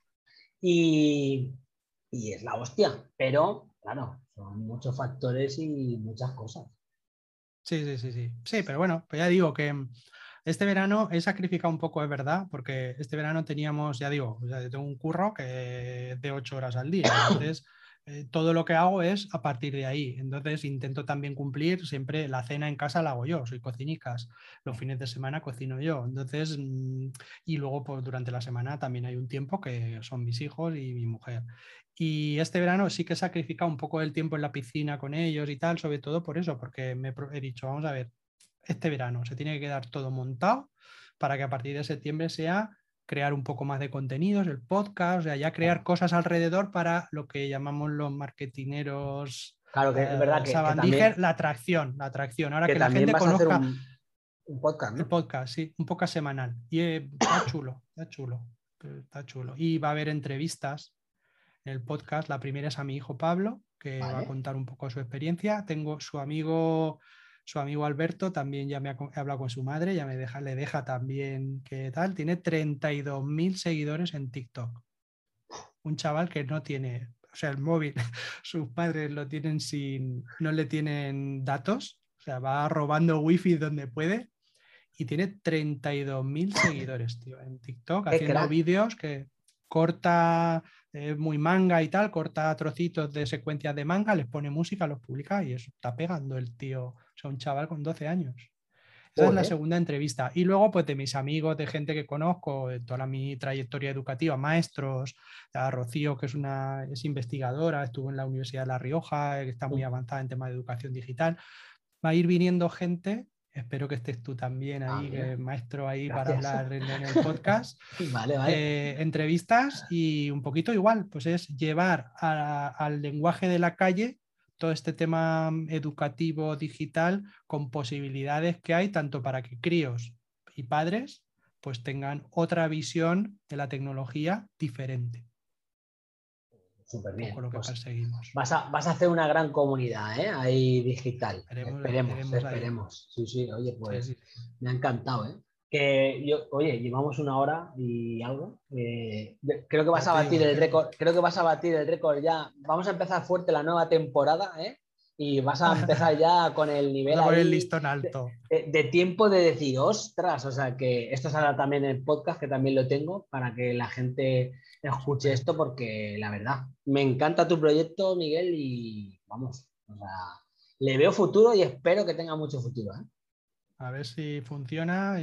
Y, y es la hostia, pero claro, son muchos factores y muchas cosas.
Sí, sí, sí, sí. Sí, pero bueno, pues ya digo que este verano he sacrificado un poco, es verdad, porque este verano teníamos, ya digo, o sea, yo tengo un curro que es de ocho horas al día. Entonces, eh, todo lo que hago es a partir de ahí. Entonces intento también cumplir, siempre la cena en casa la hago yo, soy cocinicas, los fines de semana cocino yo. Entonces, mm, y luego pues, durante la semana también hay un tiempo que son mis hijos y mi mujer. Y este verano sí que he sacrificado un poco del tiempo en la piscina con ellos y tal, sobre todo por eso, porque me he dicho, vamos a ver, este verano se tiene que quedar todo montado para que a partir de septiembre sea crear un poco más de contenidos, el podcast, o sea, ya crear cosas alrededor para lo que llamamos los marketineros.
Claro que es verdad
eh,
que, que
Sabandíger,
también,
la atracción, la atracción. Ahora
que
que la
también
gente
vas a
conozca
hacer un, un podcast,
el
¿no?
podcast, sí, un podcast semanal. Y eh, está chulo, está chulo, está chulo. Y va a haber entrevistas en el podcast. La primera es a mi hijo Pablo, que
Vale.
va a contar un poco su experiencia. Tengo su amigo, su amigo Alberto, también ya me ha he hablado con su madre, ya me deja, le deja también que tal. Tiene treinta y dos mil seguidores en TikTok. Un chaval que no tiene, o sea, el móvil, sus padres lo tienen sin, no le tienen datos, o sea, va robando wifi donde puede. Y tiene treinta y dos mil seguidores, tío, en TikTok,
Qué
haciendo
crack.
vídeos que corta eh, muy manga y tal, corta trocitos de secuencias de manga, les pone música, los publica y eso está pegando el tío, o sea, un chaval con doce años. Esa es la
Joder.
segunda entrevista. Y luego, pues, de mis amigos, de gente que conozco, de toda mi trayectoria educativa, maestros, a Rocío, que es una es investigadora, estuvo en la Universidad de La Rioja, que está muy avanzada en temas de educación digital. Va a ir viniendo gente. Espero que estés tú también ahí,
Ah,
que maestro ahí
gracias.
para hablar en, en el podcast.
Vale, vale.
Eh, entrevistas y un poquito igual, pues es llevar a, al lenguaje de la calle todo este tema educativo digital con posibilidades que hay tanto para que críos y padres pues tengan otra visión de la tecnología diferente.
Súper bien.
Un poco lo que
Pues
perseguimos.
vas, a, vas a hacer una gran comunidad, ¿eh? Ahí digital.
Esperemos,
Esperemos,
esperemos
esperemos.
ahí.
Sí, sí, oye, pues
Sí, sí.
me ha encantado, ¿eh? Que yo, oye, llevamos una hora y algo. Eh, creo que vas
Ya
a
te
batir
digo,
el
que-
récord. Creo que vas a batir el récord ya. Vamos a empezar fuerte la nueva temporada, ¿eh? Y vas a empezar ya con el nivel
Vamos a poner el
ahí
listón alto.
de, de tiempo de decir, ostras, o sea, que esto saldrá también en el podcast, que también lo tengo, para que la gente escuche esto, porque la verdad, me encanta tu proyecto, Miguel, y vamos, o sea, le veo futuro y espero que tenga mucho futuro, ¿eh?
A ver si funciona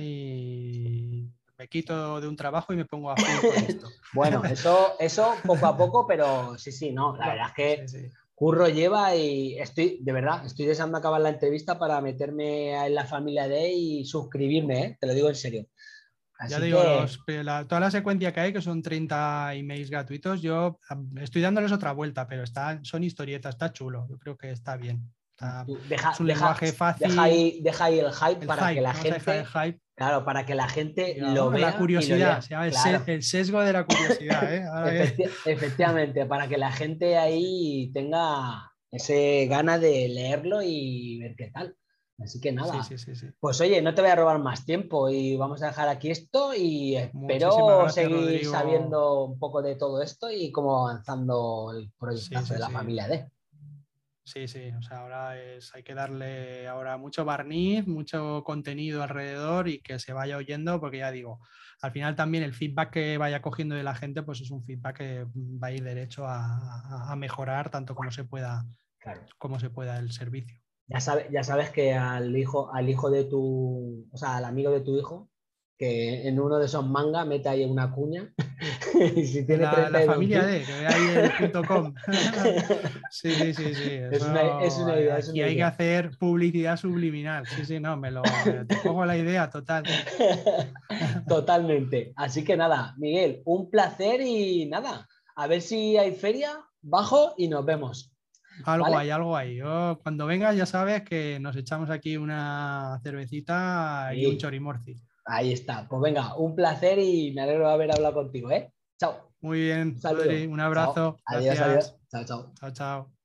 y me quito de un trabajo y me pongo a full con esto.
Bueno, eso, eso poco a poco, pero sí, sí, no, la verdad es que
Sí, sí.
curro lleva y estoy, de verdad, estoy deseando acabar la entrevista para meterme en la familia de y suscribirme, ¿eh? Te lo digo en serio. Así
Ya te digo,
que...
los- la- toda la secuencia que hay, que son treinta emails gratuitos, yo am, estoy dándoles otra vuelta, pero está, son historietas, está chulo, yo creo que está bien. Está-
Tú deja,
es un
deja-
lenguaje fácil.
deja ahí, deja ahí el hype
el
para
hype,
que la
vamos a dejar
gente,
el hype.
claro, para que la gente
Digamos,
lo vea
la curiosidad,
y lo lea.
se llama el,
Claro.
se- el sesgo de la curiosidad. ¿eh? Ahora que-
Efecti- efectivamente, para que la gente ahí tenga ese gana de leerlo y ver qué tal. Así que nada,
Sí, sí, sí, sí.
pues oye, no te voy a robar más tiempo y vamos a dejar aquí esto y
Muchísimas
espero
gracias,
seguir
Rodrigo.
sabiendo un poco de todo esto y cómo va avanzando el proyectazo
Sí, sí,
de la
sí.
familia D.
Sí, sí, o sea, ahora es, hay que darle ahora mucho barniz, mucho contenido alrededor y que se vaya oyendo, porque ya digo, al final también el feedback que vaya cogiendo de la gente, pues es un feedback que va a ir derecho a, a- a mejorar tanto como se pueda,
Claro.
como se pueda el servicio.
Ya, sabe, ya sabes que al hijo, al hijo de tu, o sea, al amigo de tu hijo, que en uno de esos mangas mete ahí una cuña. Y si tiene
La, la
treinta y dos
familia
mil,
de, que ve ahí el punto com. Sí, sí, sí, sí.
Es
eso,
una- es una idea, es
aquí
una
hay que
idea.
hacer publicidad subliminal. Sí, sí, no, me lo me- te cojo la idea total.
Totalmente. Así que nada, Miguel, un placer y nada, a ver si hay feria, bajo y nos vemos.
Algo
¿Vale?
hay, algo hay. Yo, cuando vengas ya sabes que nos echamos aquí una cervecita y
Sí.
un chorimorci.
Ahí está. Pues venga, un placer y me alegro de haber hablado contigo, ¿eh? Chao.
Muy bien,
Un saludo.
Rodri, un abrazo.
Chao. Adiós,
Gracias.
adiós. Chao, chao.
Chao, chao.